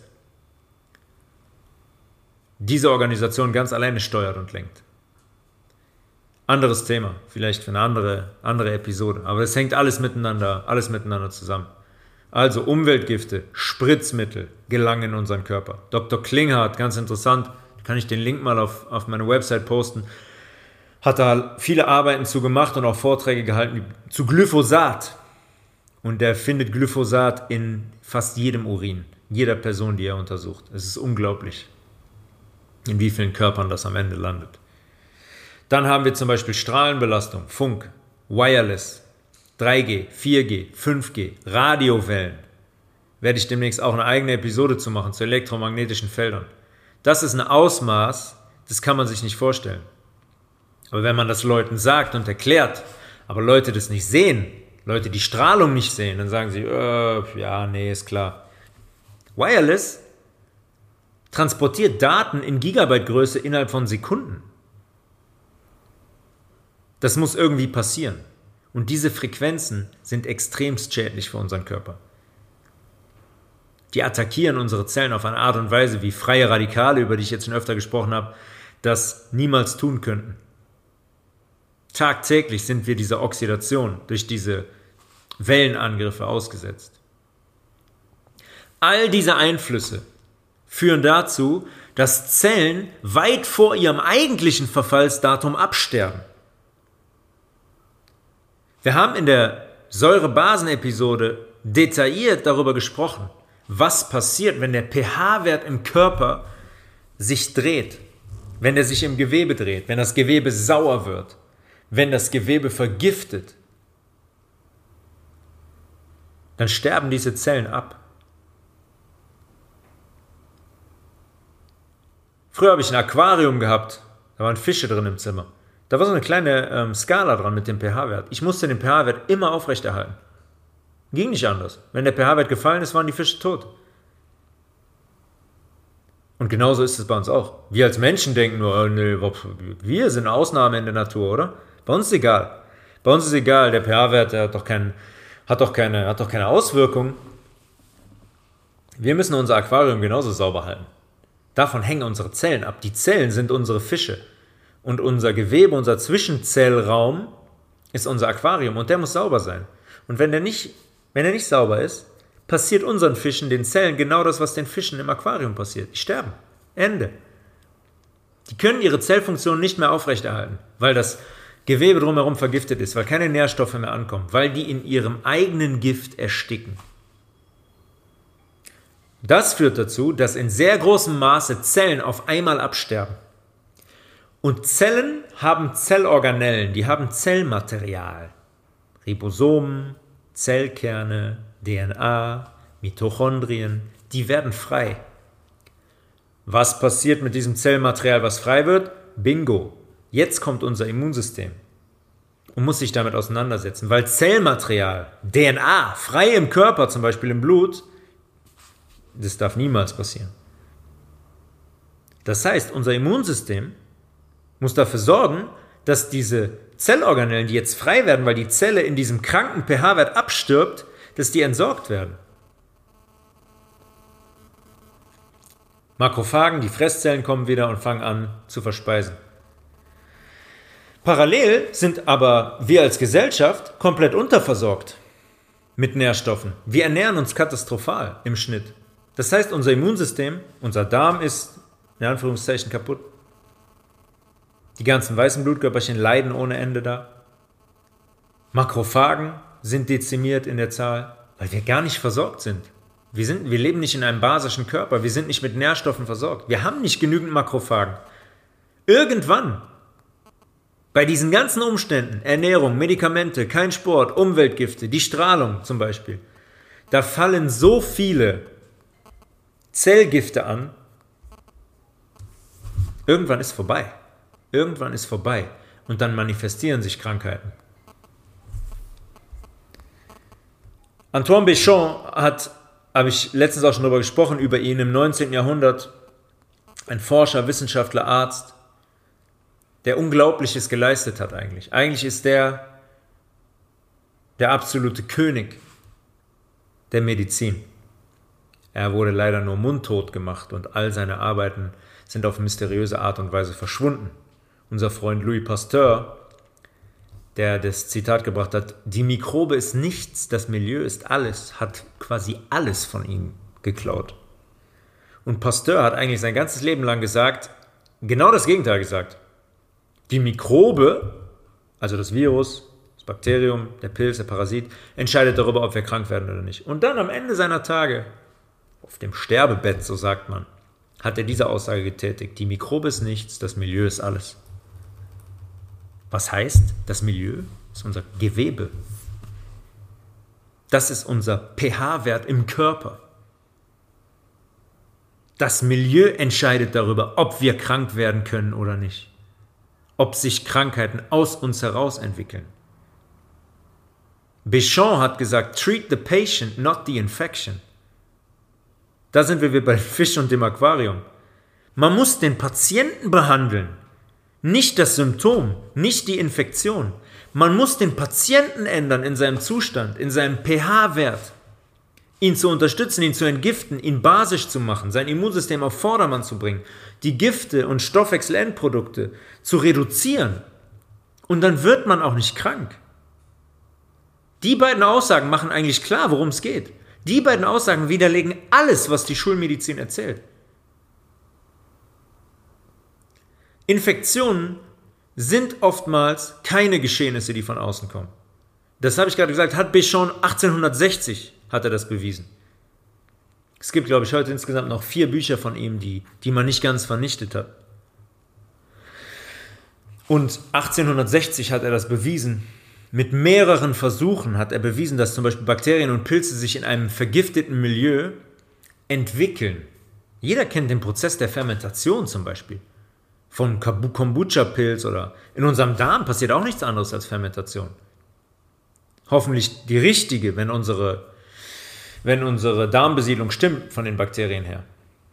diese Organisation ganz alleine steuert und lenkt. Anderes Thema, vielleicht für eine andere Episode. Aber es hängt alles miteinander zusammen. Also Umweltgifte, Spritzmittel gelangen in unseren Körper. Dr. Klinghardt, ganz interessant, kann ich den Link mal auf meine Website posten, hat da viele Arbeiten zu gemacht und auch Vorträge gehalten zu Glyphosat. Und der findet Glyphosat in fast jedem Urin, jeder Person, die er untersucht. Es ist unglaublich, in wie vielen Körpern das am Ende landet. Dann haben wir zum Beispiel Strahlenbelastung, Funk, Wireless, 3G, 4G, 5G, Radiowellen. Werde ich demnächst auch eine eigene Episode zu machen, zu elektromagnetischen Feldern. Das ist ein Ausmaß, das kann man sich nicht vorstellen. Aber wenn man das Leuten sagt und erklärt, aber Leute das nicht sehen, Leute die Strahlung nicht sehen, dann sagen sie, ja, nee, ist klar. Wireless transportiert Daten in Gigabyte-Größe innerhalb von Sekunden. Das muss irgendwie passieren. Und diese Frequenzen sind extremst schädlich für unseren Körper. Die attackieren unsere Zellen auf eine Art und Weise, wie freie Radikale, über die ich jetzt schon öfter gesprochen habe, das niemals tun könnten. Tagtäglich sind wir dieser Oxidation durch diese Wellenangriffe ausgesetzt. All diese Einflüsse führen dazu, dass Zellen weit vor ihrem eigentlichen Verfallsdatum absterben. Wir haben in der Säure-Basen-Episode detailliert darüber gesprochen, was passiert, wenn der pH-Wert im Körper sich dreht, wenn er sich im Gewebe dreht, wenn das Gewebe sauer wird, wenn das Gewebe vergiftet. Dann sterben diese Zellen ab. Früher habe ich ein Aquarium gehabt, da waren Fische drin im Zimmer. Da war so eine kleine Skala dran mit dem pH-Wert. Ich musste den pH-Wert immer aufrechterhalten. Ging nicht anders. Wenn der pH-Wert gefallen ist, waren die Fische tot. Und genauso ist es bei uns auch. Wir als Menschen denken nur, nee, wir sind eine Ausnahme in der Natur, oder? Bei uns ist egal. Bei uns ist egal, der pH-Wert hat doch keine Auswirkung. Wir müssen unser Aquarium genauso sauber halten. Davon hängen unsere Zellen ab. Die Zellen sind unsere Fische. Und unser Gewebe, unser Zwischenzellraum ist unser Aquarium und der muss sauber sein. Und wenn er nicht sauber ist, passiert unseren Fischen, den Zellen, genau das, was den Fischen im Aquarium passiert. Die sterben. Ende. Die können ihre Zellfunktion nicht mehr aufrechterhalten, weil das Gewebe drumherum vergiftet ist, weil keine Nährstoffe mehr ankommen, weil die in ihrem eigenen Gift ersticken. Das führt dazu, dass in sehr großem Maße Zellen auf einmal absterben. Und Zellen haben Zellorganellen, die haben Zellmaterial. Ribosomen, Zellkerne, DNA, Mitochondrien, die werden frei. Was passiert mit diesem Zellmaterial, was frei wird? Bingo! Jetzt kommt unser Immunsystem und muss sich damit auseinandersetzen, weil Zellmaterial, DNA, frei im Körper, zum Beispiel im Blut, das darf niemals passieren. Das heißt, unser Immunsystem muss dafür sorgen, dass diese Zellorganellen, die jetzt frei werden, weil die Zelle in diesem kranken pH-Wert abstirbt, dass die entsorgt werden. Makrophagen, die Fresszellen kommen wieder und fangen an zu verspeisen. Parallel sind aber wir als Gesellschaft komplett unterversorgt mit Nährstoffen. Wir ernähren uns katastrophal im Schnitt. Das heißt, unser Immunsystem, unser Darm ist in Anführungszeichen kaputt. Die ganzen weißen Blutkörperchen leiden ohne Ende da. Makrophagen sind dezimiert in der Zahl, weil wir gar nicht versorgt sind. Wir leben nicht in einem basischen Körper, wir sind nicht mit Nährstoffen versorgt. Wir haben nicht genügend Makrophagen. Irgendwann, bei diesen ganzen Umständen, Ernährung, Medikamente, kein Sport, Umweltgifte, die Strahlung zum Beispiel, da fallen so viele Zellgifte an, irgendwann ist vorbei. Irgendwann ist vorbei und dann manifestieren sich Krankheiten. Antoine Béchamp habe ich letztens auch schon darüber gesprochen, über ihn im 19. Jahrhundert, ein Forscher, Wissenschaftler, Arzt, der Unglaubliches geleistet hat eigentlich. Eigentlich ist der absolute König der Medizin. Er wurde leider nur mundtot gemacht und all seine Arbeiten sind auf mysteriöse Art und Weise verschwunden. Unser Freund Louis Pasteur, der das Zitat gebracht hat, die Mikrobe ist nichts, das Milieu ist alles, hat quasi alles von ihm geklaut. Und Pasteur hat eigentlich sein ganzes Leben lang gesagt, genau das Gegenteil gesagt. Die Mikrobe, also das Virus, das Bakterium, der Pilz, der Parasit, entscheidet darüber, ob wir krank werden oder nicht. Und dann am Ende seiner Tage, auf dem Sterbebett, so sagt man, hat er diese Aussage getätigt, die Mikrobe ist nichts, das Milieu ist alles. Was heißt, das Milieu ist unser Gewebe. Das ist unser pH-Wert im Körper. Das Milieu entscheidet darüber, ob wir krank werden können oder nicht. Ob sich Krankheiten aus uns heraus entwickeln. Béchamp hat gesagt, treat the patient, not the infection. Da sind wir bei Fisch und dem Aquarium. Man muss den Patienten behandeln. Nicht das Symptom, nicht die Infektion. Man muss den Patienten ändern in seinem Zustand, in seinem pH-Wert. Ihn zu unterstützen, ihn zu entgiften, ihn basisch zu machen, sein Immunsystem auf Vordermann zu bringen, die Gifte und Stoffwechselendprodukte zu reduzieren. Und dann wird man auch nicht krank. Die beiden Aussagen machen eigentlich klar, worum es geht. Die beiden Aussagen widerlegen alles, was die Schulmedizin erzählt. Infektionen sind oftmals keine Geschehnisse, die von außen kommen. Das habe ich gerade gesagt, hat Béchamp 1860 hat er das bewiesen. Es gibt, glaube ich, heute insgesamt noch 4 Bücher von ihm, die man nicht ganz vernichtet hat. Und 1860 hat er das bewiesen. Mit mehreren Versuchen hat er bewiesen, dass zum Beispiel Bakterien und Pilze sich in einem vergifteten Milieu entwickeln. Jeder kennt den Prozess der Fermentation zum Beispiel. Von Kombucha-Pilz oder in unserem Darm passiert auch nichts anderes als Fermentation. Hoffentlich die richtige, wenn unsere Darmbesiedlung stimmt von den Bakterien her.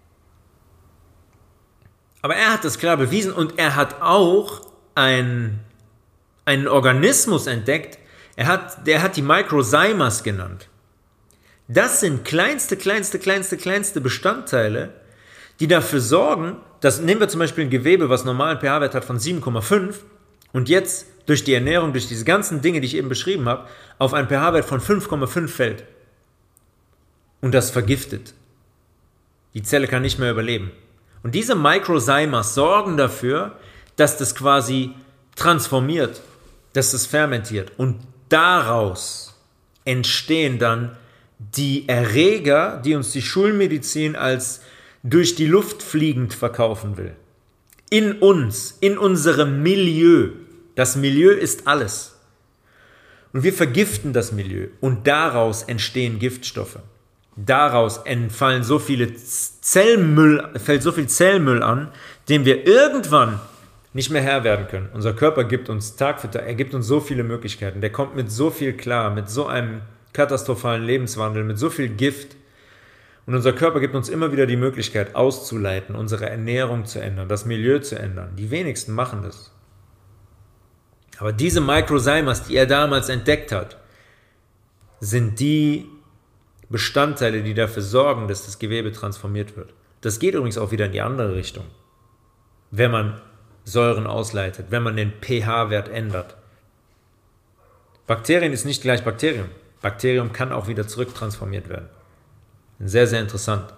Aber er hat das klar bewiesen und er hat auch einen Organismus entdeckt, der hat die Microzymas genannt. Das sind kleinste Bestandteile, die dafür sorgen, dass, nehmen wir zum Beispiel ein Gewebe, was normal einen pH-Wert hat von 7,5 und jetzt durch die Ernährung, durch diese ganzen Dinge, die ich eben beschrieben habe, auf einen pH-Wert von 5,5 fällt. Und das vergiftet. Die Zelle kann nicht mehr überleben. Und diese Microzymas sorgen dafür, dass das quasi transformiert, dass das fermentiert. Und daraus entstehen dann die Erreger, die uns die Schulmedizin als durch die Luft fliegend verkaufen will. In uns, in unserem Milieu. Das Milieu ist alles. Und wir vergiften das Milieu. Und daraus entstehen Giftstoffe. Daraus fällt so viel Zellmüll an, dem wir irgendwann nicht mehr Herr werden können. Unser Körper gibt uns Tag für Tag, er gibt uns so viele Möglichkeiten. Der kommt mit so viel klar, mit so einem katastrophalen Lebenswandel, mit so viel Gift. Und unser Körper gibt uns immer wieder die Möglichkeit auszuleiten, unsere Ernährung zu ändern, das Milieu zu ändern. Die wenigsten machen das. Aber diese Microzymas, die er damals entdeckt hat, sind die Bestandteile, die dafür sorgen, dass das Gewebe transformiert wird. Das geht übrigens auch wieder in die andere Richtung. Wenn man Säuren ausleitet, wenn man den pH-Wert ändert. Bakterien ist nicht gleich Bakterium. Bakterium kann auch wieder zurücktransformiert werden. Sehr, sehr interessant.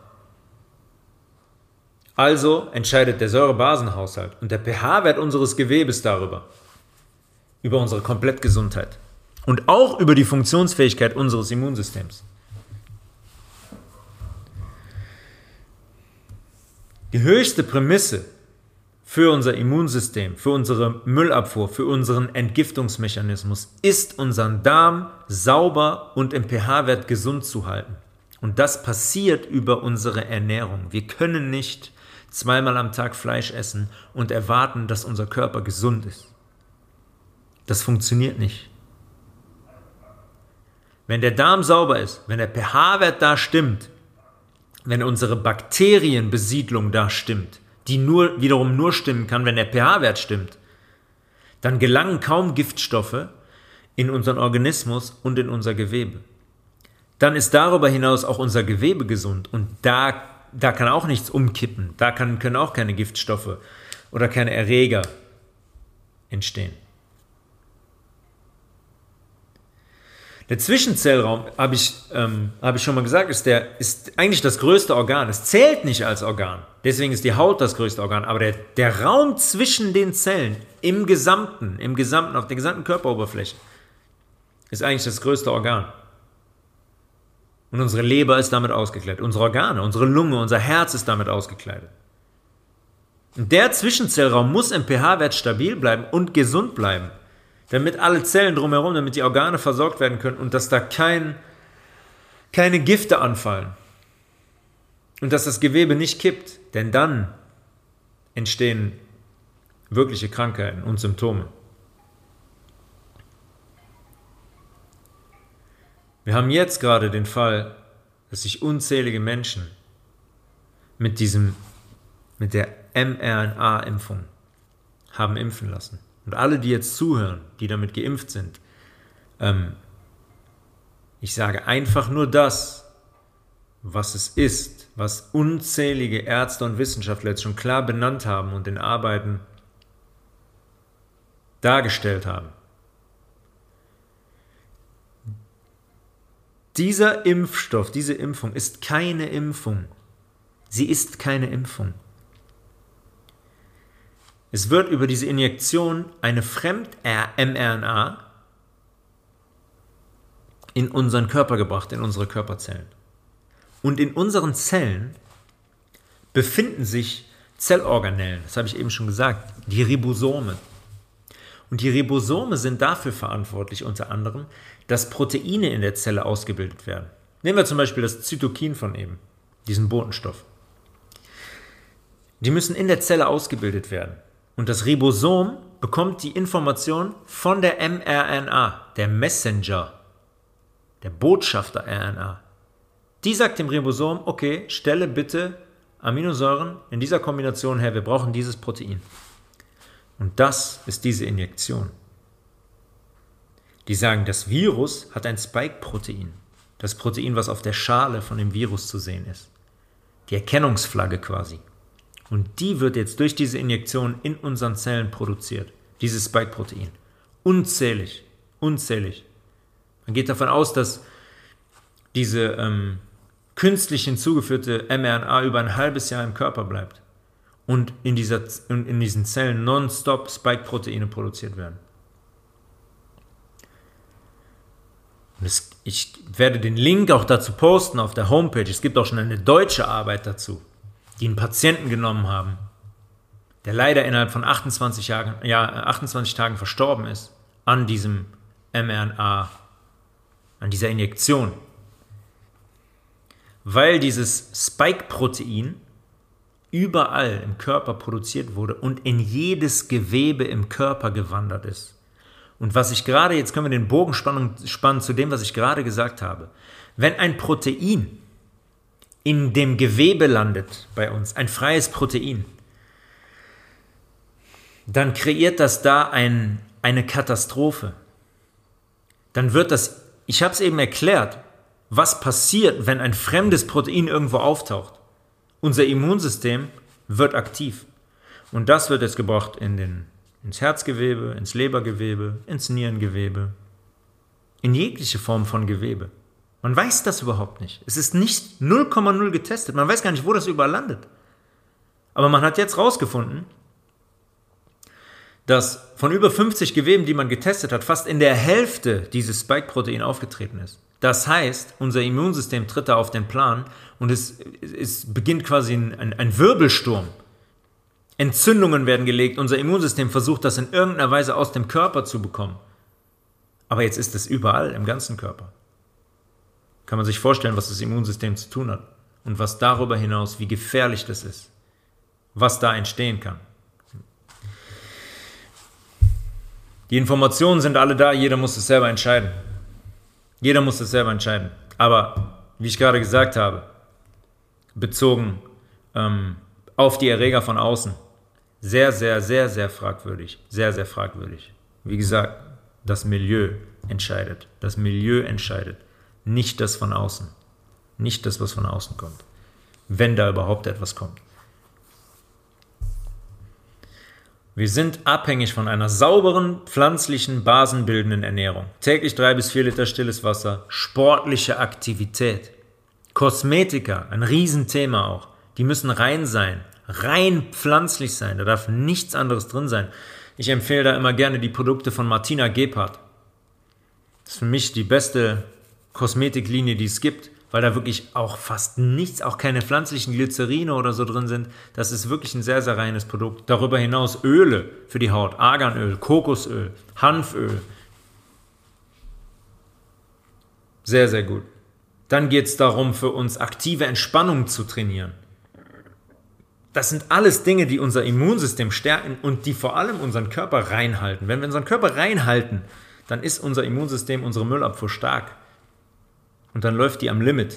Also entscheidet der Säurebasenhaushalt und der pH-Wert unseres Gewebes darüber, über unsere Komplettgesundheit und auch über die Funktionsfähigkeit unseres Immunsystems. Die höchste Prämisse für unser Immunsystem, für unsere Müllabfuhr, für unseren Entgiftungsmechanismus ist, unseren Darm sauber und im pH-Wert gesund zu halten. Und das passiert über unsere Ernährung. Wir können nicht zweimal am Tag Fleisch essen und erwarten, dass unser Körper gesund ist. Das funktioniert nicht. Wenn der Darm sauber ist, wenn der pH-Wert da stimmt, wenn unsere Bakterienbesiedlung da stimmt, die wiederum nur stimmen kann, wenn der pH-Wert stimmt, dann gelangen kaum Giftstoffe in unseren Organismus und in unser Gewebe. Dann ist darüber hinaus auch unser Gewebe gesund und da kann auch nichts umkippen, da können auch keine Giftstoffe oder keine Erreger entstehen. Der Zwischenzellraum, habe ich schon mal gesagt, ist eigentlich das größte Organ. Es zählt nicht als Organ. Deswegen ist die Haut das größte Organ. Aber der Raum zwischen den Zellen im Gesamten, auf der gesamten Körperoberfläche, ist eigentlich das größte Organ. Und unsere Leber ist damit ausgekleidet. Unsere Organe, unsere Lunge, unser Herz ist damit ausgekleidet. Und der Zwischenzellraum muss im pH-Wert stabil bleiben und gesund bleiben, damit alle Zellen drumherum, damit die Organe versorgt werden können und dass da keine Gifte anfallen. Und dass das Gewebe nicht kippt, denn dann entstehen wirkliche Krankheiten und Symptome. Wir haben jetzt gerade den Fall, dass sich unzählige Menschen mit der mRNA-Impfung haben impfen lassen. Und alle, die jetzt zuhören, die damit geimpft sind, ich sage einfach nur das, was es ist, was unzählige Ärzte und Wissenschaftler jetzt schon klar benannt haben und in Arbeiten dargestellt haben. Dieser Impfstoff, diese Impfung ist keine Impfung. Sie ist keine Impfung. Es wird über diese Injektion eine Fremd-mRNA in unseren Körper gebracht, in unsere Körperzellen. Und in unseren Zellen befinden sich Zellorganellen, das habe ich eben schon gesagt, die Ribosome. Und die Ribosome sind dafür verantwortlich, unter anderem, dass Proteine in der Zelle ausgebildet werden. Nehmen wir zum Beispiel das Zytokin von eben, diesen Botenstoff. Die müssen in der Zelle ausgebildet werden. Und das Ribosom bekommt die Information von der mRNA, der Messenger, der Botschafter-RNA. Die sagt dem Ribosom, okay, stelle bitte Aminosäuren in dieser Kombination her, wir brauchen dieses Protein. Und das ist diese Injektion. Die sagen, das Virus hat ein Spike-Protein, das Protein, was auf der Schale von dem Virus zu sehen ist. Die Erkennungsflagge quasi. Und die wird jetzt durch diese Injektion in unseren Zellen produziert. Dieses Spike-Protein. Unzählig. Unzählig. Man geht davon aus, dass diese künstlich hinzugeführte mRNA über ein halbes Jahr im Körper bleibt und in diesen Zellen nonstop Spike-Proteine produziert werden. Ich werde den Link auch dazu posten auf der Homepage. Es gibt auch schon eine deutsche Arbeit dazu, die einen Patienten genommen haben, der leider innerhalb von 28 Tagen verstorben ist an diesem mRNA, an dieser Injektion. Weil dieses Spike-Protein überall im Körper produziert wurde und in jedes Gewebe im Körper gewandert ist. Und was ich gerade, jetzt können wir den Bogen spannen zu dem, was ich gerade gesagt habe. Wenn ein Protein in dem Gewebe landet bei uns, ein freies Protein, dann kreiert das da eine Katastrophe. Dann wird das, ich habe es eben erklärt, was passiert, wenn ein fremdes Protein irgendwo auftaucht. Unser Immunsystem wird aktiv. Und das wird jetzt gebracht ins Herzgewebe, ins Lebergewebe, ins Nierengewebe, in jegliche Form von Gewebe. Man weiß das überhaupt nicht. Es ist nicht 0,0 getestet. Man weiß gar nicht, wo das überall landet. Aber man hat jetzt rausgefunden, dass von über 50 Geweben, die man getestet hat, fast in der Hälfte dieses Spike-Protein aufgetreten ist. Das heißt, unser Immunsystem tritt da auf den Plan und es beginnt quasi ein Wirbelsturm. Entzündungen werden gelegt, unser Immunsystem versucht das in irgendeiner Weise aus dem Körper zu bekommen. Aber jetzt ist es überall im ganzen Körper. Kann man sich vorstellen, was das Immunsystem zu tun hat und was darüber hinaus, wie gefährlich das ist, was da entstehen kann. Die Informationen sind alle da, jeder muss es selber entscheiden. Jeder muss es selber entscheiden. Aber, wie ich gerade gesagt habe, bezogen auf die Erreger von außen, sehr, sehr, sehr, sehr fragwürdig. Sehr, sehr fragwürdig. Wie gesagt, das Milieu entscheidet. Das Milieu entscheidet. Nicht das von außen. Nicht das, was von außen kommt. Wenn da überhaupt etwas kommt. Wir sind abhängig von einer sauberen, pflanzlichen, basenbildenden Ernährung. Täglich 3 bis 4 Liter stilles Wasser, sportliche Aktivität. Kosmetika, ein Riesenthema auch. Die müssen rein sein. Rein pflanzlich sein, da darf nichts anderes drin sein. Ich empfehle da immer gerne die Produkte von Martina Gebhardt. Das ist für mich die beste Kosmetiklinie, die es gibt, weil da wirklich auch fast nichts, auch keine pflanzlichen Glycerine oder so drin sind. Das ist wirklich ein sehr, sehr reines Produkt. Darüber hinaus Öle für die Haut, Arganöl, Kokosöl, Hanföl. Sehr, sehr gut. Dann geht es darum, für uns aktive Entspannung zu trainieren. Das sind alles Dinge, die unser Immunsystem stärken und die vor allem unseren Körper reinhalten. Wenn wir unseren Körper reinhalten, dann ist unser Immunsystem, unsere Müllabfuhr stark. Und dann läuft die am Limit.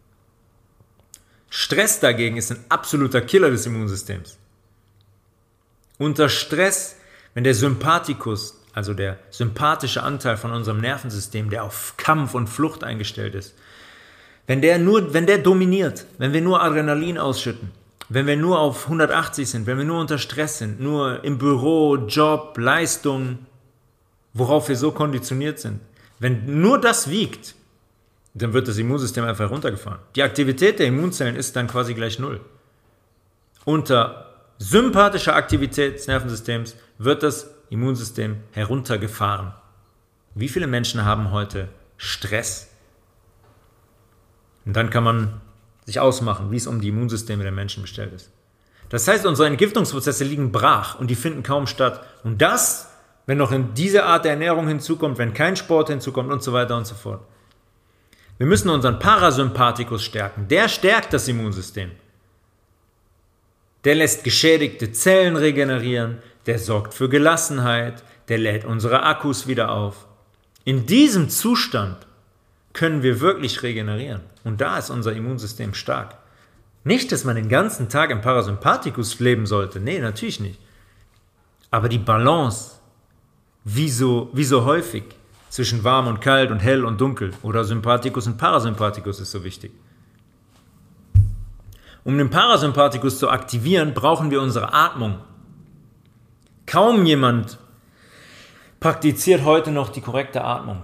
Stress dagegen ist ein absoluter Killer des Immunsystems. Unter Stress, wenn der Sympathikus, also der sympathische Anteil von unserem Nervensystem, der auf Kampf und Flucht eingestellt ist, wenn der dominiert, wenn wir nur Adrenalin ausschütten, wenn wir nur auf 180 sind, wenn wir nur unter Stress sind, nur im Büro, Job, Leistung, worauf wir so konditioniert sind, wenn nur das wiegt, dann wird das Immunsystem einfach runtergefahren. Die Aktivität der Immunzellen ist dann quasi gleich 0. Unter sympathischer Aktivität des Nervensystems wird das Immunsystem heruntergefahren. Wie viele Menschen haben heute Stress? Und dann kann man sich ausmachen, wie es um die Immunsysteme der Menschen bestellt ist. Das heißt, unsere Entgiftungsprozesse liegen brach und die finden kaum statt. Und das, wenn noch in diese Art der Ernährung hinzukommt, wenn kein Sport hinzukommt und so weiter und so fort. Wir müssen unseren Parasympathikus stärken. Der stärkt das Immunsystem. Der lässt geschädigte Zellen regenerieren, der sorgt für Gelassenheit, der lädt unsere Akkus wieder auf. In diesem Zustand können wir wirklich regenerieren. Und da ist unser Immunsystem stark. Nicht, dass man den ganzen Tag im Parasympathikus leben sollte. Nee, natürlich nicht. Aber die Balance, wie so häufig, zwischen warm und kalt und hell und dunkel oder Sympathikus und Parasympathikus ist so wichtig. Um den Parasympathikus zu aktivieren, brauchen wir unsere Atmung. Kaum jemand praktiziert heute noch die korrekte Atmung.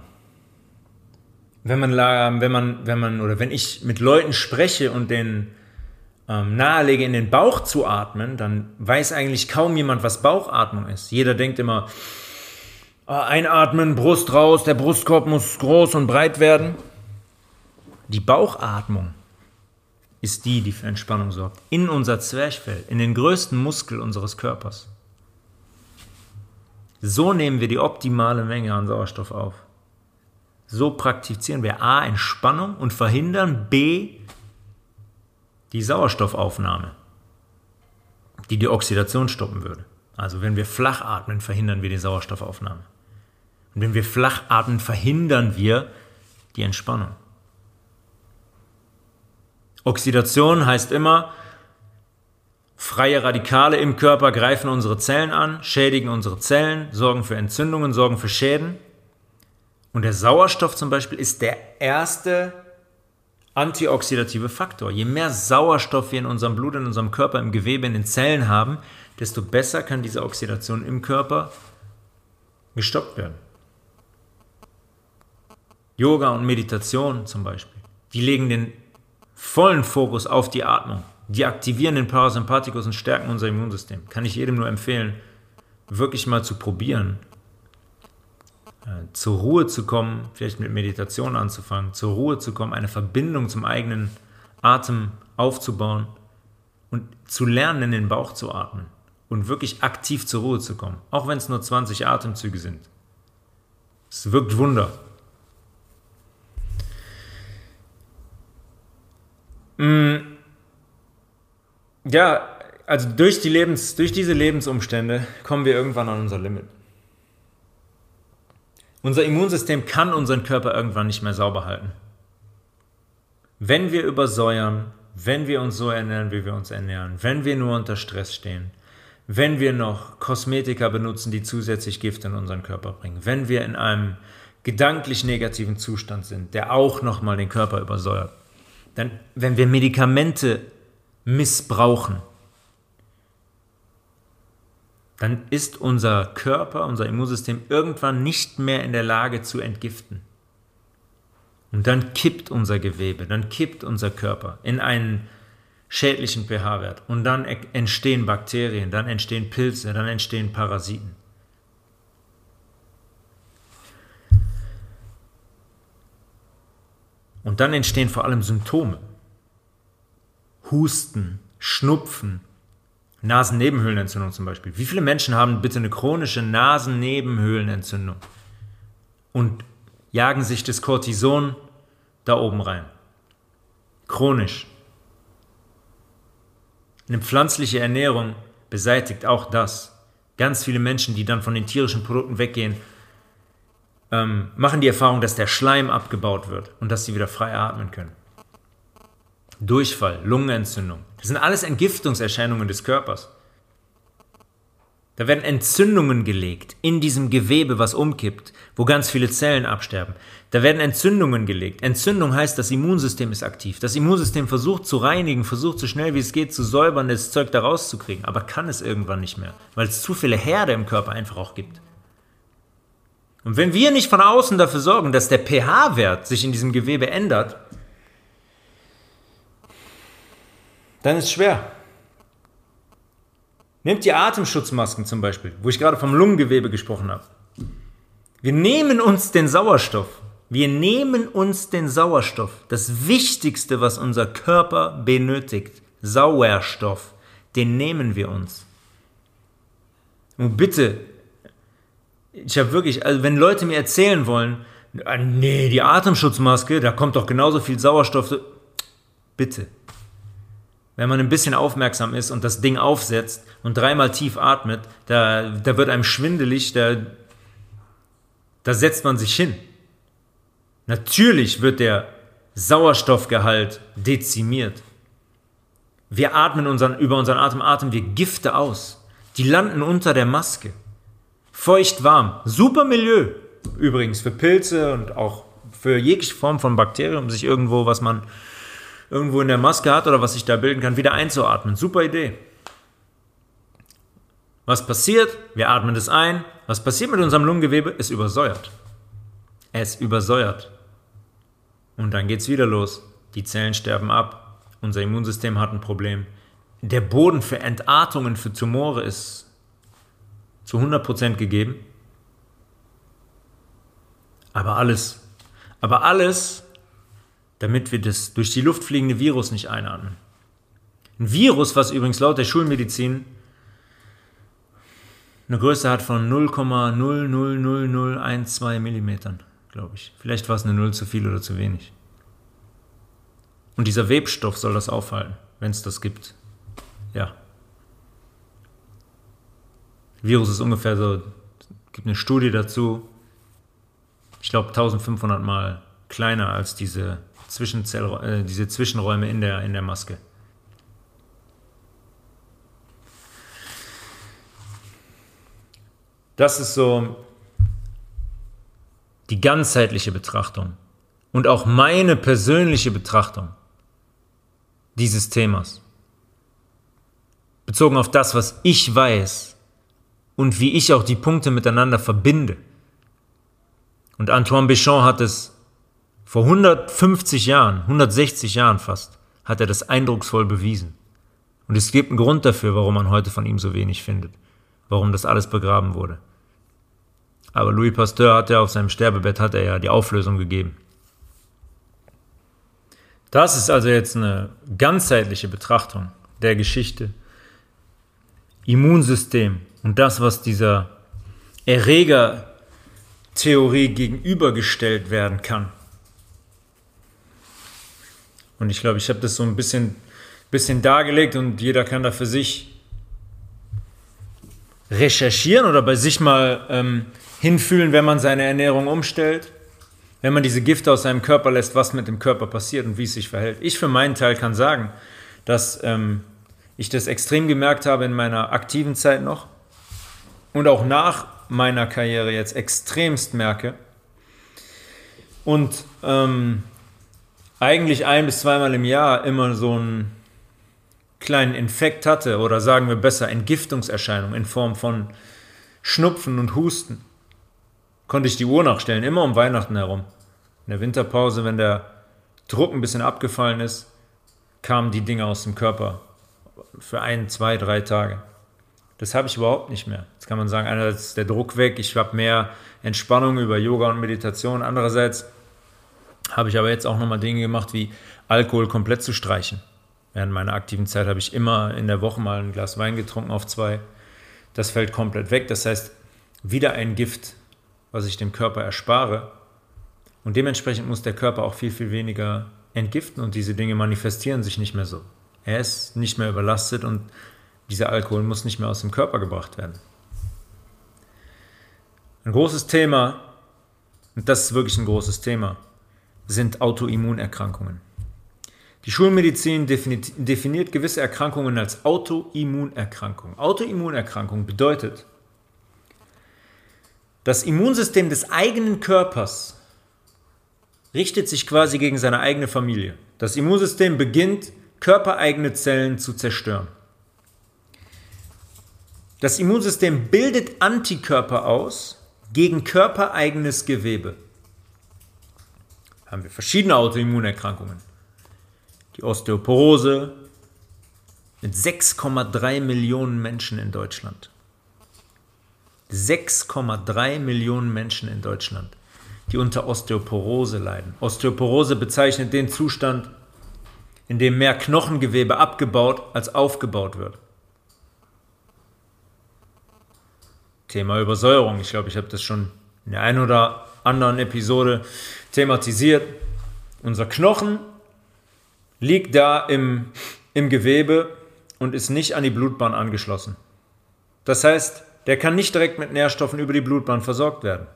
Wenn ich mit Leuten spreche und denen nahelege, in den Bauch zu atmen, dann weiß eigentlich kaum jemand, was Bauchatmung ist. Jeder denkt immer, einatmen, Brust raus, der Brustkorb muss groß und breit werden. Die Bauchatmung ist die für Entspannung sorgt. In unser Zwerchfell, in den größten Muskel unseres Körpers. So nehmen wir die optimale Menge an Sauerstoff auf. So praktizieren wir A, Entspannung und verhindern B, die Sauerstoffaufnahme, die Oxidation stoppen würde. Also wenn wir flach atmen, verhindern wir die Sauerstoffaufnahme. Und wenn wir flach atmen, verhindern wir die Entspannung. Oxidation heißt immer, freie Radikale im Körper greifen unsere Zellen an, schädigen unsere Zellen, sorgen für Entzündungen, sorgen für Schäden. Und der Sauerstoff zum Beispiel ist der erste antioxidative Faktor. Je mehr Sauerstoff wir in unserem Blut, in unserem Körper, im Gewebe, in den Zellen haben, desto besser kann diese Oxidation im Körper gestoppt werden. Yoga und Meditation zum Beispiel, die legen den vollen Fokus auf die Atmung. Die aktivieren den Parasympathikus und stärken unser Immunsystem. Kann ich jedem nur empfehlen, wirklich mal zu probieren, zur Ruhe zu kommen, vielleicht mit Meditation anzufangen, zur Ruhe zu kommen, eine Verbindung zum eigenen Atem aufzubauen und zu lernen, in den Bauch zu atmen und wirklich aktiv zur Ruhe zu kommen, auch wenn es nur 20 Atemzüge sind. Es wirkt Wunder. Ja, also durch diese Lebensumstände kommen wir irgendwann an unser Limit. Unser Immunsystem kann unseren Körper irgendwann nicht mehr sauber halten. Wenn wir übersäuern, wenn wir uns so ernähren, wie wir uns ernähren, wenn wir nur unter Stress stehen, wenn wir noch Kosmetika benutzen, die zusätzlich Gift in unseren Körper bringen, wenn wir in einem gedanklich negativen Zustand sind, der auch nochmal den Körper übersäuert, dann, wenn wir Medikamente missbrauchen, dann ist unser Körper, unser Immunsystem irgendwann nicht mehr in der Lage zu entgiften. Und dann kippt unser Gewebe, dann kippt unser Körper in einen schädlichen pH-Wert. Und dann entstehen Bakterien, dann entstehen Pilze, dann entstehen Parasiten. Und dann entstehen vor allem Symptome. Husten, Schnupfen, Nasennebenhöhlenentzündung zum Beispiel. Wie viele Menschen haben bitte eine chronische Nasennebenhöhlenentzündung und jagen sich das Cortison da oben rein? Chronisch. Eine pflanzliche Ernährung beseitigt auch das. Ganz viele Menschen, die dann von den tierischen Produkten weggehen, machen die Erfahrung, dass der Schleim abgebaut wird und dass sie wieder frei atmen können. Durchfall, Lungenentzündung. Das sind alles Entgiftungserscheinungen des Körpers. Da werden Entzündungen gelegt in diesem Gewebe, was umkippt, wo ganz viele Zellen absterben. Da werden Entzündungen gelegt. Entzündung heißt, das Immunsystem ist aktiv. Das Immunsystem versucht zu reinigen, versucht so schnell wie es geht zu säubern, das Zeug da rauszukriegen, aber kann es irgendwann nicht mehr, weil es zu viele Herde im Körper einfach auch gibt. Und wenn wir nicht von außen dafür sorgen, dass der pH-Wert sich in diesem Gewebe ändert, dann ist es schwer. Nehmt die Atemschutzmasken zum Beispiel, wo ich gerade vom Lungengewebe gesprochen habe. Wir nehmen uns den Sauerstoff. Das Wichtigste, was unser Körper benötigt, Sauerstoff, den nehmen wir uns. Und bitte, ich habe wirklich, also wenn Leute mir erzählen wollen, nee, die Atemschutzmaske, da kommt doch genauso viel Sauerstoff. Bitte. Wenn man ein bisschen aufmerksam ist und das Ding aufsetzt und 3-mal tief atmet, da wird einem schwindelig, da setzt man sich hin. Natürlich wird der Sauerstoffgehalt dezimiert. Wir atmen über unseren Atem atmen wir Gifte aus. Die landen unter der Maske. Feucht warm. Super Milieu. Übrigens für Pilze und auch für jegliche Form von Bakterium, sich irgendwo, was man irgendwo in der Maske hat oder was sich da bilden kann, wieder einzuatmen. Super Idee. Was passiert? Wir atmen das ein. Was passiert mit unserem Lungengewebe? Es übersäuert. Es übersäuert. Und dann geht's wieder los. Die Zellen sterben ab. Unser Immunsystem hat ein Problem. Der Boden für Entartungen, für Tumore ist zu 100% gegeben. Aber alles, damit wir das durch die Luft fliegende Virus nicht einatmen. Ein Virus, was übrigens laut der Schulmedizin eine Größe hat von 0,00012 Millimetern, glaube ich. Vielleicht war es eine 0 zu viel oder zu wenig. Und dieser Webstoff soll das aufhalten, wenn es das gibt. Ja. Virus ist ungefähr so, es gibt eine Studie dazu, ich glaube 1500 Mal kleiner als diese Zwischenräume in der Maske. Das ist so die ganzheitliche Betrachtung und auch meine persönliche Betrachtung dieses Themas. Bezogen auf das, was ich weiß und wie ich auch die Punkte miteinander verbinde. Und Antoine Béchamp hat es vor 150 Jahren, 160 Jahren fast, hat er das eindrucksvoll bewiesen. Und es gibt einen Grund dafür, warum man heute von ihm so wenig findet. Warum das alles begraben wurde. Aber Louis Pasteur hat ja auf seinem Sterbebett die Auflösung gegeben. Das ist also jetzt eine ganzheitliche Betrachtung der Geschichte. Immunsystem und das, was dieser Erregertheorie gegenübergestellt werden kann. Und ich glaube, ich habe das so ein bisschen dargelegt und jeder kann da für sich recherchieren oder bei sich mal hinfühlen, wenn man seine Ernährung umstellt, wenn man diese Gifte aus seinem Körper lässt, was mit dem Körper passiert und wie es sich verhält. Ich für meinen Teil kann sagen, dass ich das extrem gemerkt habe in meiner aktiven Zeit noch und auch nach meiner Karriere jetzt extremst merke und eigentlich 1- bis 2-mal im Jahr immer so einen kleinen Infekt hatte oder sagen wir besser Entgiftungserscheinungen in Form von Schnupfen und Husten. Konnte ich die Uhr nachstellen, immer um Weihnachten herum. In der Winterpause, wenn der Druck ein bisschen abgefallen ist, kamen die Dinge aus dem Körper für 1, 2, 3 Tage. Das habe ich überhaupt nicht mehr. Jetzt kann man sagen, einerseits ist der Druck weg, ich habe mehr Entspannung über Yoga und Meditation. Andererseits habe ich aber jetzt auch nochmal Dinge gemacht, wie Alkohol komplett zu streichen. Während meiner aktiven Zeit habe ich immer in der Woche mal ein Glas Wein getrunken auf 2. Das fällt komplett weg. Das heißt, wieder ein Gift, was ich dem Körper erspare. Und dementsprechend muss der Körper auch viel, viel weniger entgiften und diese Dinge manifestieren sich nicht mehr so. Er ist nicht mehr überlastet und dieser Alkohol muss nicht mehr aus dem Körper gebracht werden. Ein großes Thema, und das ist wirklich ein großes Thema, sind Autoimmunerkrankungen. Die Schulmedizin definiert gewisse Erkrankungen als Autoimmunerkrankungen. Autoimmunerkrankung bedeutet, das Immunsystem des eigenen Körpers richtet sich quasi gegen seine eigene Familie. Das Immunsystem beginnt, körpereigene Zellen zu zerstören. Das Immunsystem bildet Antikörper aus gegen körpereigenes Gewebe. Haben wir verschiedene Autoimmunerkrankungen. Die Osteoporose mit 6,3 Millionen Menschen in Deutschland. 6,3 Millionen Menschen in Deutschland, die unter Osteoporose leiden. Osteoporose bezeichnet den Zustand, in dem mehr Knochengewebe abgebaut als aufgebaut wird. Thema Übersäuerung. Ich glaube, ich habe das schon in der einen oder anderen Episode thematisiert. Unser Knochen liegt da im Gewebe und ist nicht an die Blutbahn angeschlossen. Das heißt, der kann nicht direkt mit Nährstoffen über die Blutbahn versorgt werden.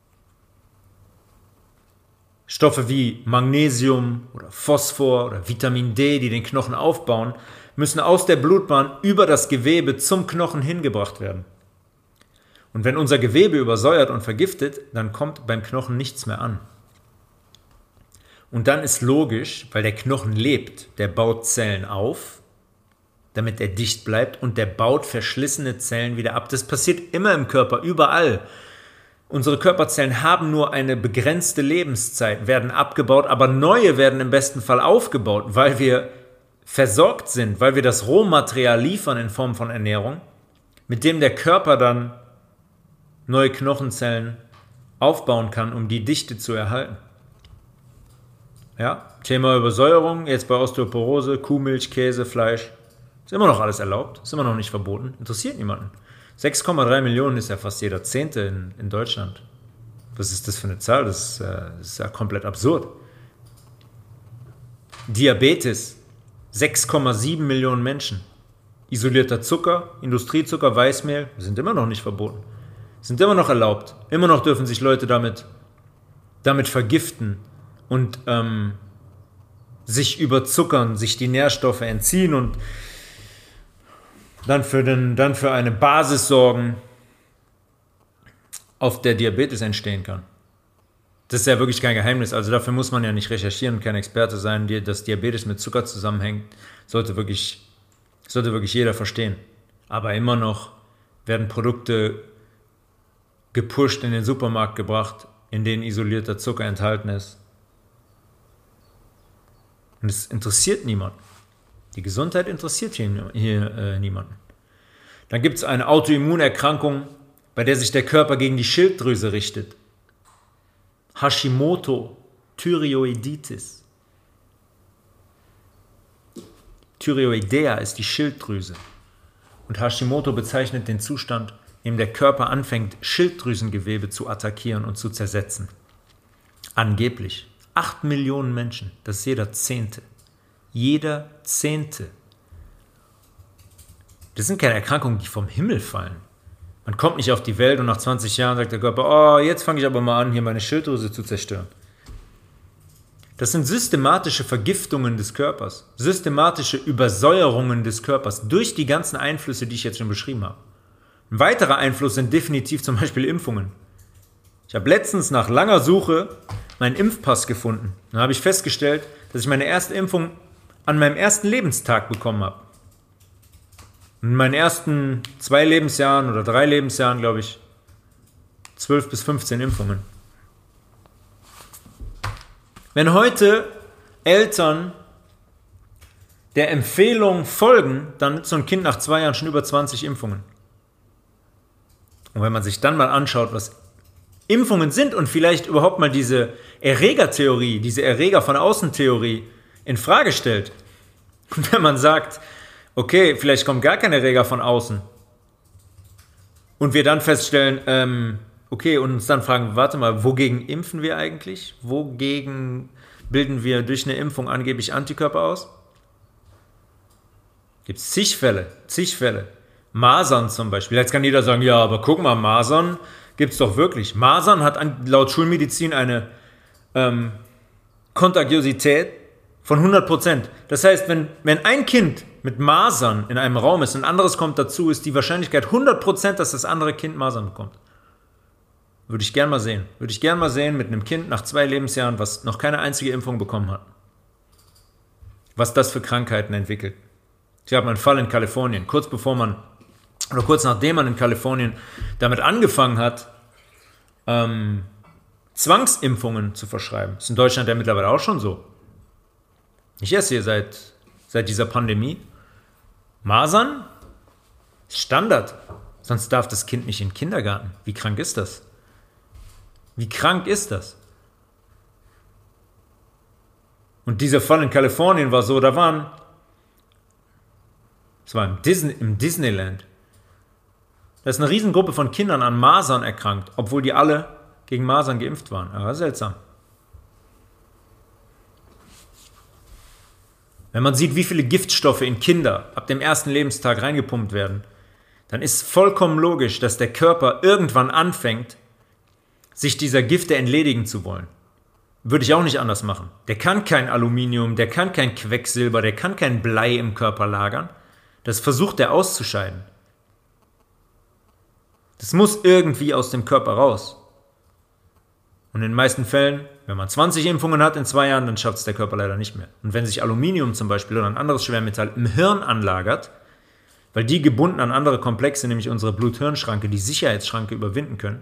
Stoffe wie Magnesium oder Phosphor oder Vitamin D, die den Knochen aufbauen, müssen aus der Blutbahn über das Gewebe zum Knochen hingebracht werden. Und wenn unser Gewebe übersäuert und vergiftet, dann kommt beim Knochen nichts mehr an. Und dann ist logisch, weil der Knochen lebt, der baut Zellen auf, damit er dicht bleibt, und der baut verschlissene Zellen wieder ab. Das passiert immer im Körper, überall. Unsere Körperzellen haben nur eine begrenzte Lebenszeit, werden abgebaut, aber neue werden im besten Fall aufgebaut, weil wir versorgt sind, weil wir das Rohmaterial liefern in Form von Ernährung, mit dem der Körper dann neue Knochenzellen aufbauen kann, um die Dichte zu erhalten. Ja, Thema Übersäuerung, jetzt bei Osteoporose, Kuhmilch, Käse, Fleisch, ist immer noch alles erlaubt, ist immer noch nicht verboten, interessiert niemanden. 6,3 Millionen ist ja fast jeder Zehnte in Deutschland. Was ist das für eine Zahl? Das ist ja komplett absurd. Diabetes, 6,7 Millionen Menschen. Isolierter Zucker, Industriezucker, Weißmehl, sind immer noch nicht verboten. Sind immer noch erlaubt. Immer noch dürfen sich Leute damit vergiften und sich überzuckern, sich die Nährstoffe entziehen und dann für eine Basis sorgen, auf der Diabetes entstehen kann. Das ist ja wirklich kein Geheimnis, also dafür muss man ja nicht recherchieren, kein Experte sein, dass Diabetes mit Zucker zusammenhängt, sollte wirklich jeder verstehen. Aber immer noch werden Produkte gepusht in den Supermarkt gebracht, in denen isolierter Zucker enthalten ist. Und es interessiert niemanden. Die Gesundheit interessiert hier niemanden. Dann gibt es eine Autoimmunerkrankung, bei der sich der Körper gegen die Schilddrüse richtet. Hashimoto, Thyreoiditis. Thyreoidea ist die Schilddrüse. Und Hashimoto bezeichnet den Zustand, in dem der Körper anfängt, Schilddrüsengewebe zu attackieren und zu zersetzen. Angeblich 8 Millionen Menschen, das ist jeder Zehnte. Jeder Zehnte. Das sind keine Erkrankungen, die vom Himmel fallen. Man kommt nicht auf die Welt und nach 20 Jahren sagt der Körper, oh, jetzt fange ich aber mal an, hier meine Schilddrüse zu zerstören. Das sind systematische Vergiftungen des Körpers, systematische Übersäuerungen des Körpers durch die ganzen Einflüsse, die ich jetzt schon beschrieben habe. Ein weiterer Einfluss sind definitiv zum Beispiel Impfungen. Ich habe letztens nach langer Suche meinen Impfpass gefunden. Dann habe ich festgestellt, dass ich meine erste Impfung an meinem ersten Lebenstag bekommen habe. In meinen ersten 2 Lebensjahren oder 3 Lebensjahren, glaube ich, 12 bis 15 Impfungen. Wenn heute Eltern der Empfehlung folgen, dann ist so ein Kind nach 2 Jahren schon über 20 Impfungen. Und wenn man sich dann mal anschaut, was Impfungen sind und vielleicht überhaupt mal diese Erregertheorie, diese Erreger von Außen-Theorie in Frage stellt, und wenn man sagt, okay, vielleicht kommt gar kein Erreger von außen, und wir dann feststellen, okay, und uns dann fragen, warte mal, wogegen impfen wir eigentlich? Wogegen bilden wir durch eine Impfung angeblich Antikörper aus? Gibt es zig Fälle. Masern zum Beispiel. Jetzt kann jeder sagen, ja, aber guck mal, Masern gibt es doch wirklich. Masern hat laut Schulmedizin eine Kontagiosität von 100%. Das heißt, wenn ein Kind mit Masern in einem Raum ist und ein anderes kommt dazu, ist die Wahrscheinlichkeit 100%, dass das andere Kind Masern bekommt. Würde ich gern mal sehen. Mit einem Kind nach 2 Lebensjahren, was noch keine einzige Impfung bekommen hat. Was das für Krankheiten entwickelt. Ich habe einen Fall in Kalifornien, kurz nachdem man in Kalifornien damit angefangen hat, Zwangsimpfungen zu verschreiben. Das ist in Deutschland ja mittlerweile auch schon so. Ich esse hier seit dieser Pandemie. Masern ist Standard. Sonst darf das Kind nicht in den Kindergarten. Wie krank ist das? Und dieser Fall in Kalifornien war so, es war im Disneyland. Da ist eine Riesengruppe von Kindern an Masern erkrankt, obwohl die alle gegen Masern geimpft waren. Aber seltsam. Wenn man sieht, wie viele Giftstoffe in Kinder ab dem ersten Lebenstag reingepumpt werden, dann ist vollkommen logisch, dass der Körper irgendwann anfängt, sich dieser Gifte entledigen zu wollen. Würde ich auch nicht anders machen. Der kann kein Aluminium, der kann kein Quecksilber, der kann kein Blei im Körper lagern. Das versucht er auszuscheiden. Das muss irgendwie aus dem Körper raus. Und in den meisten Fällen, wenn man 20 Impfungen hat in 2 Jahren, dann schafft es der Körper leider nicht mehr. Und wenn sich Aluminium zum Beispiel oder ein anderes Schwermetall im Hirn anlagert, weil die gebunden an andere Komplexe, nämlich unsere Blut-Hirn-Schranke, die Sicherheitsschranke überwinden können,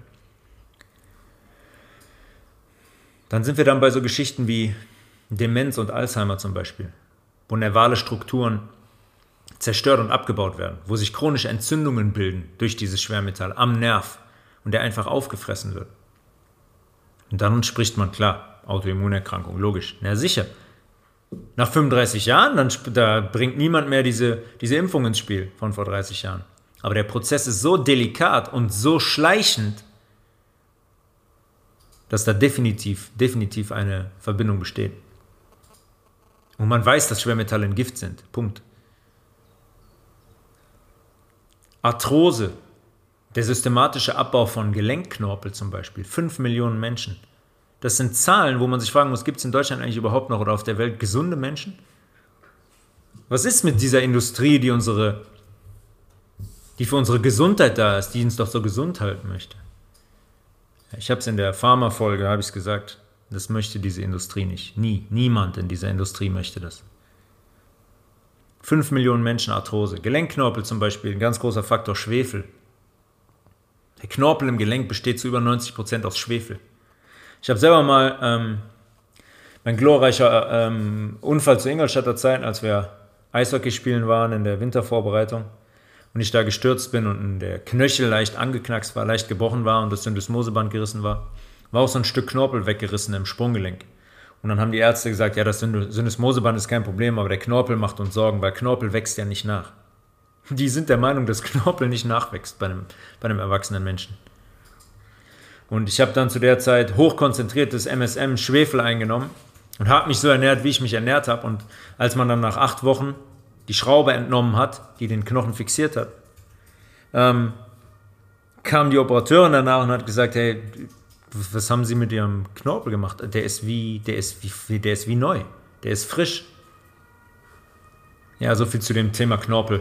dann sind wir dann bei so Geschichten wie Demenz und Alzheimer zum Beispiel, wo nervale Strukturen zerstört und abgebaut werden, wo sich chronische Entzündungen bilden durch dieses Schwermetall am Nerv und der einfach aufgefressen wird. Und dann spricht man, klar, Autoimmunerkrankung, logisch. Na sicher. Nach 35 Jahren, da bringt niemand mehr diese Impfung ins Spiel von vor 30 Jahren. Aber der Prozess ist so delikat und so schleichend, dass da definitiv eine Verbindung besteht. Und man weiß, dass Schwermetalle ein Gift sind. Punkt. Arthrose, der systematische Abbau von Gelenkknorpel zum Beispiel, 5 Millionen Menschen. Das sind Zahlen, wo man sich fragen muss, gibt es in Deutschland eigentlich überhaupt noch oder auf der Welt gesunde Menschen? Was ist mit dieser Industrie, die für unsere Gesundheit da ist, die uns doch so gesund halten möchte? Ich habe es in der Pharma-Folge, gesagt, das möchte diese Industrie nicht. Niemand in dieser Industrie möchte das. 5 Millionen Menschen Arthrose. Gelenkknorpel zum Beispiel, ein ganz großer Faktor, Schwefel. Der Knorpel im Gelenk besteht zu über 90% aus Schwefel. Ich habe selber mal mein glorreicher Unfall zu Ingolstadter Zeiten, als wir Eishockey spielen waren in der Wintervorbereitung und ich da gestürzt bin und der Knöchel leicht angeknackst war, leicht gebrochen war und das Syndesmoseband gerissen war auch so ein Stück Knorpel weggerissen im Sprunggelenk. Und dann haben die Ärzte gesagt, ja, das Syndesmoseband ist kein Problem, aber der Knorpel macht uns Sorgen, weil Knorpel wächst ja nicht nach. Die sind der Meinung, dass Knorpel nicht nachwächst bei einem erwachsenen Menschen. Und ich habe dann zu der Zeit hochkonzentriertes MSM Schwefel eingenommen und habe mich so ernährt, wie ich mich ernährt habe. Und als man dann nach 8 Wochen die Schraube entnommen hat, die den Knochen fixiert hat, kam die Operateurin danach und hat gesagt, hey, was haben Sie mit Ihrem Knorpel gemacht? Der ist wie neu, der ist frisch. Ja, so viel zu dem Thema Knorpel.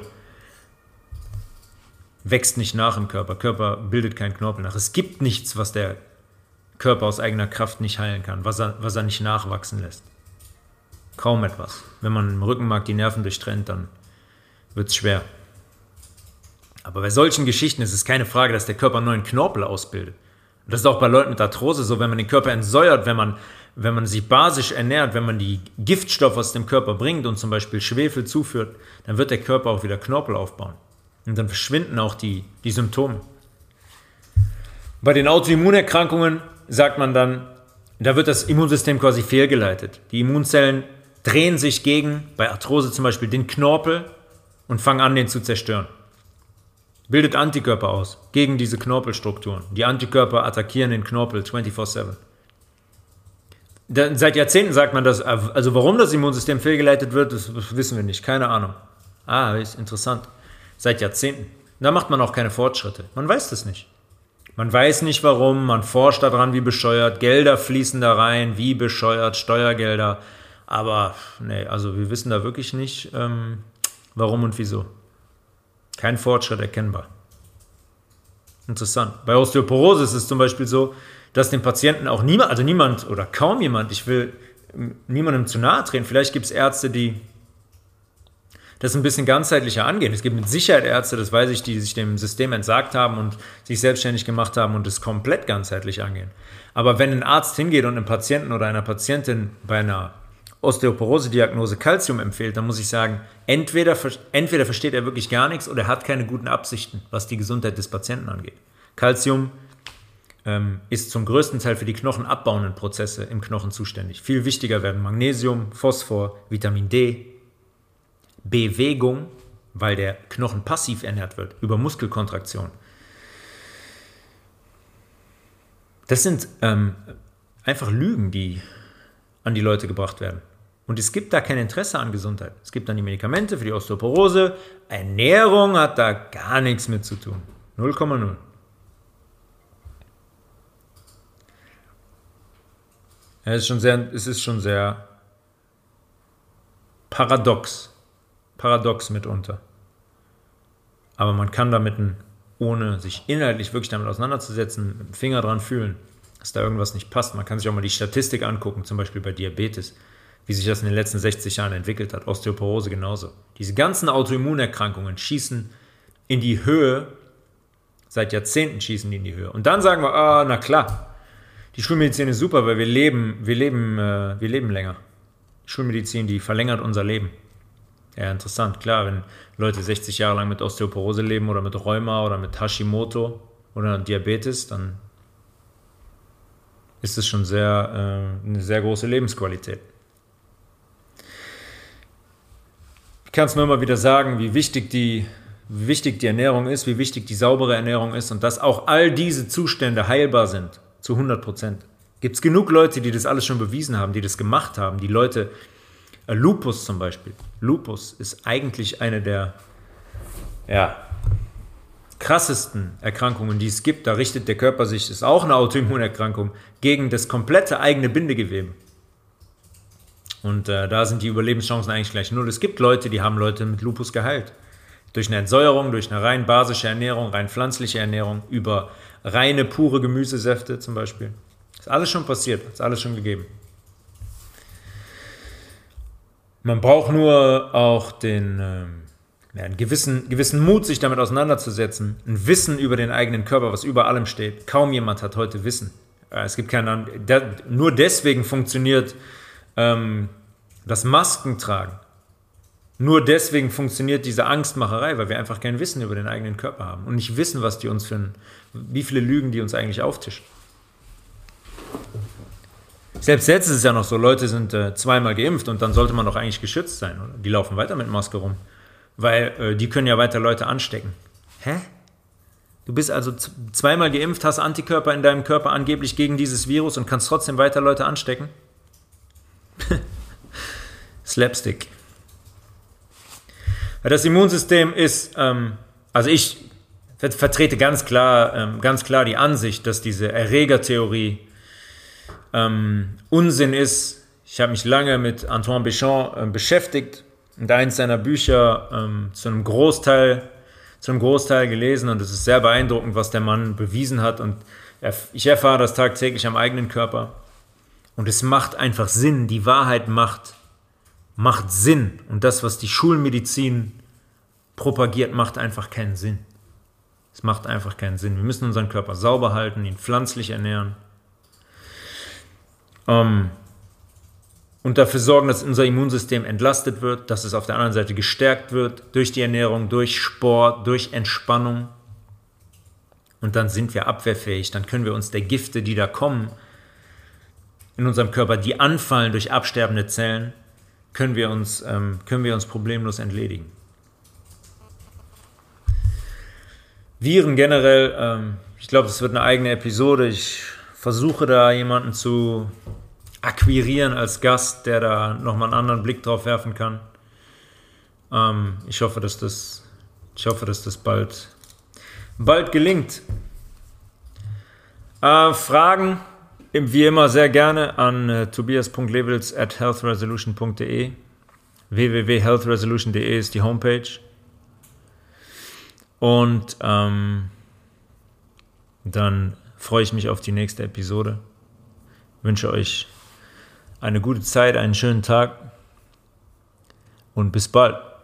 Wächst nicht nach im Körper. Körper bildet keinen Knorpel nach. Es gibt nichts, was der Körper aus eigener Kraft nicht heilen kann, was er nicht nachwachsen lässt. Kaum etwas. Wenn man im Rückenmark die Nerven durchtrennt, dann wird es schwer. Aber bei solchen Geschichten ist es keine Frage, dass der Körper einen neuen Knorpel ausbildet. Und das ist auch bei Leuten mit Arthrose so, wenn man den Körper entsäuert, wenn man sich basisch ernährt, wenn man die Giftstoffe aus dem Körper bringt und zum Beispiel Schwefel zuführt, dann wird der Körper auch wieder Knorpel aufbauen. Und dann verschwinden auch die Symptome. Bei den Autoimmunerkrankungen sagt man dann, da wird das Immunsystem quasi fehlgeleitet. Die Immunzellen drehen sich bei Arthrose zum Beispiel, den Knorpel und fangen an, den zu zerstören. Bildet Antikörper aus gegen diese Knorpelstrukturen. Die Antikörper attackieren den Knorpel 24/7. Seit Jahrzehnten sagt man das, also warum das Immunsystem fehlgeleitet wird, das wissen wir nicht, keine Ahnung. Ist interessant. Seit Jahrzehnten. Da macht man auch keine Fortschritte. Man weiß das nicht. Man weiß nicht warum, man forscht daran wie bescheuert, Gelder fließen da rein, wie bescheuert, Steuergelder. Aber also wir wissen da wirklich nicht, warum und wieso. Kein Fortschritt erkennbar. Interessant. Bei Osteoporose ist es zum Beispiel so, dass den Patienten auch niemand oder kaum jemand, ich will niemandem zu nahe treten, vielleicht gibt es Ärzte, die das ein bisschen ganzheitlicher angehen. Es gibt mit Sicherheit Ärzte, das weiß ich, die sich dem System entsagt haben und sich selbstständig gemacht haben und es komplett ganzheitlich angehen. Aber wenn ein Arzt hingeht und einem Patienten oder einer Patientin bei einer Osteoporose-Diagnose Calcium empfiehlt, dann muss ich sagen, entweder versteht er wirklich gar nichts oder er hat keine guten Absichten, was die Gesundheit des Patienten angeht. Calcium ist zum größten Teil für die knochenabbauenden Prozesse im Knochen zuständig. Viel wichtiger werden Magnesium, Phosphor, Vitamin D, Bewegung, weil der Knochen passiv ernährt wird, über Muskelkontraktion. Das sind einfach Lügen, die an die Leute gebracht werden. Und es gibt da kein Interesse an Gesundheit. Es gibt dann die Medikamente für die Osteoporose. Ernährung hat da gar nichts mit zu tun. 0,0. Ja, es ist schon sehr paradox mitunter. Aber man kann damit, ohne sich inhaltlich wirklich damit auseinanderzusetzen, mit dem Finger dran fühlen. dass da irgendwas nicht passt. Man kann sich auch mal die Statistik angucken, zum Beispiel bei Diabetes, wie sich das in den letzten 60 Jahren entwickelt hat. Osteoporose genauso. Diese ganzen Autoimmunerkrankungen schießen in die Höhe, seit Jahrzehnten schießen die in die Höhe. Und dann sagen wir, na klar, die Schulmedizin ist super, weil wir leben länger. Die Schulmedizin, die verlängert unser Leben. Ja, interessant, klar, wenn Leute 60 Jahre lang mit Osteoporose leben oder mit Rheuma oder mit Hashimoto oder Diabetes, dann ist es schon eine sehr große Lebensqualität. Ich kann es nur immer wieder sagen, wie wichtig die Ernährung ist, wie wichtig die saubere Ernährung ist und dass auch all diese Zustände heilbar sind, zu 100%. Gibt es genug Leute, die das alles schon bewiesen haben, die das gemacht haben, die Leute, Lupus zum Beispiel. Lupus ist eigentlich eine der krassesten Erkrankungen, die es gibt. Da richtet der Körper sich, ist auch eine Autoimmunerkrankung, gegen das komplette eigene Bindegewebe. Und da sind die Überlebenschancen eigentlich gleich null. Es gibt Leute, die haben Leute mit Lupus geheilt. Durch eine Entsäuerung, durch eine rein basische Ernährung, rein pflanzliche Ernährung, über reine, pure Gemüsesäfte zum Beispiel. Ist alles schon passiert, ist alles schon gegeben. Man braucht nur auch einen gewissen Mut, sich damit auseinanderzusetzen. Ein Wissen über den eigenen Körper, was über allem steht. Kaum jemand hat heute Wissen. Es gibt keinen. Nur deswegen funktioniert das Maskentragen. Nur deswegen funktioniert diese Angstmacherei, weil wir einfach kein Wissen über den eigenen Körper haben und nicht wissen, was die uns wie viele Lügen die uns eigentlich auftischen. Selbst jetzt ist es ja noch so, Leute sind zweimal geimpft und dann sollte man doch eigentlich geschützt sein, oder? Die laufen weiter mit Maske rum, weil die können ja weiter Leute anstecken. Hä? Du bist also zweimal geimpft, hast Antikörper in deinem Körper angeblich gegen dieses Virus und kannst trotzdem weiter Leute anstecken? Slapstick. Das Immunsystem ist, also ich vertrete ganz klar die Ansicht, dass diese Erregertheorie Unsinn ist. Ich habe mich lange mit Antoine Béchamp beschäftigt und eins seiner Bücher zu einem Großteil gelesen und es ist sehr beeindruckend, was der Mann bewiesen hat und ich erfahre das tagtäglich am eigenen Körper und es macht einfach Sinn, die Wahrheit macht Sinn und das, was die Schulmedizin propagiert, macht einfach keinen Sinn. Es macht einfach keinen Sinn. Wir müssen unseren Körper sauber halten, ihn pflanzlich ernähren. Und dafür sorgen, dass unser Immunsystem entlastet wird, dass es auf der anderen Seite gestärkt wird durch die Ernährung, durch Sport, durch Entspannung. Und dann sind wir abwehrfähig, dann können wir uns der Gifte, die da kommen, in unserem Körper, die anfallen durch absterbende Zellen, können wir uns problemlos entledigen. Viren generell, ich glaube, es wird eine eigene Episode. Ich versuche da jemanden zu akquirieren als Gast, der da nochmal einen anderen Blick drauf werfen kann. Ich hoffe, dass das bald gelingt. Fragen, wie immer sehr gerne an tobias.lewitz@healthresolution.de. www.healthresolution.de ist die Homepage. Und dann freue ich mich auf die nächste Episode. Wünsche euch eine gute Zeit, einen schönen Tag und bis bald.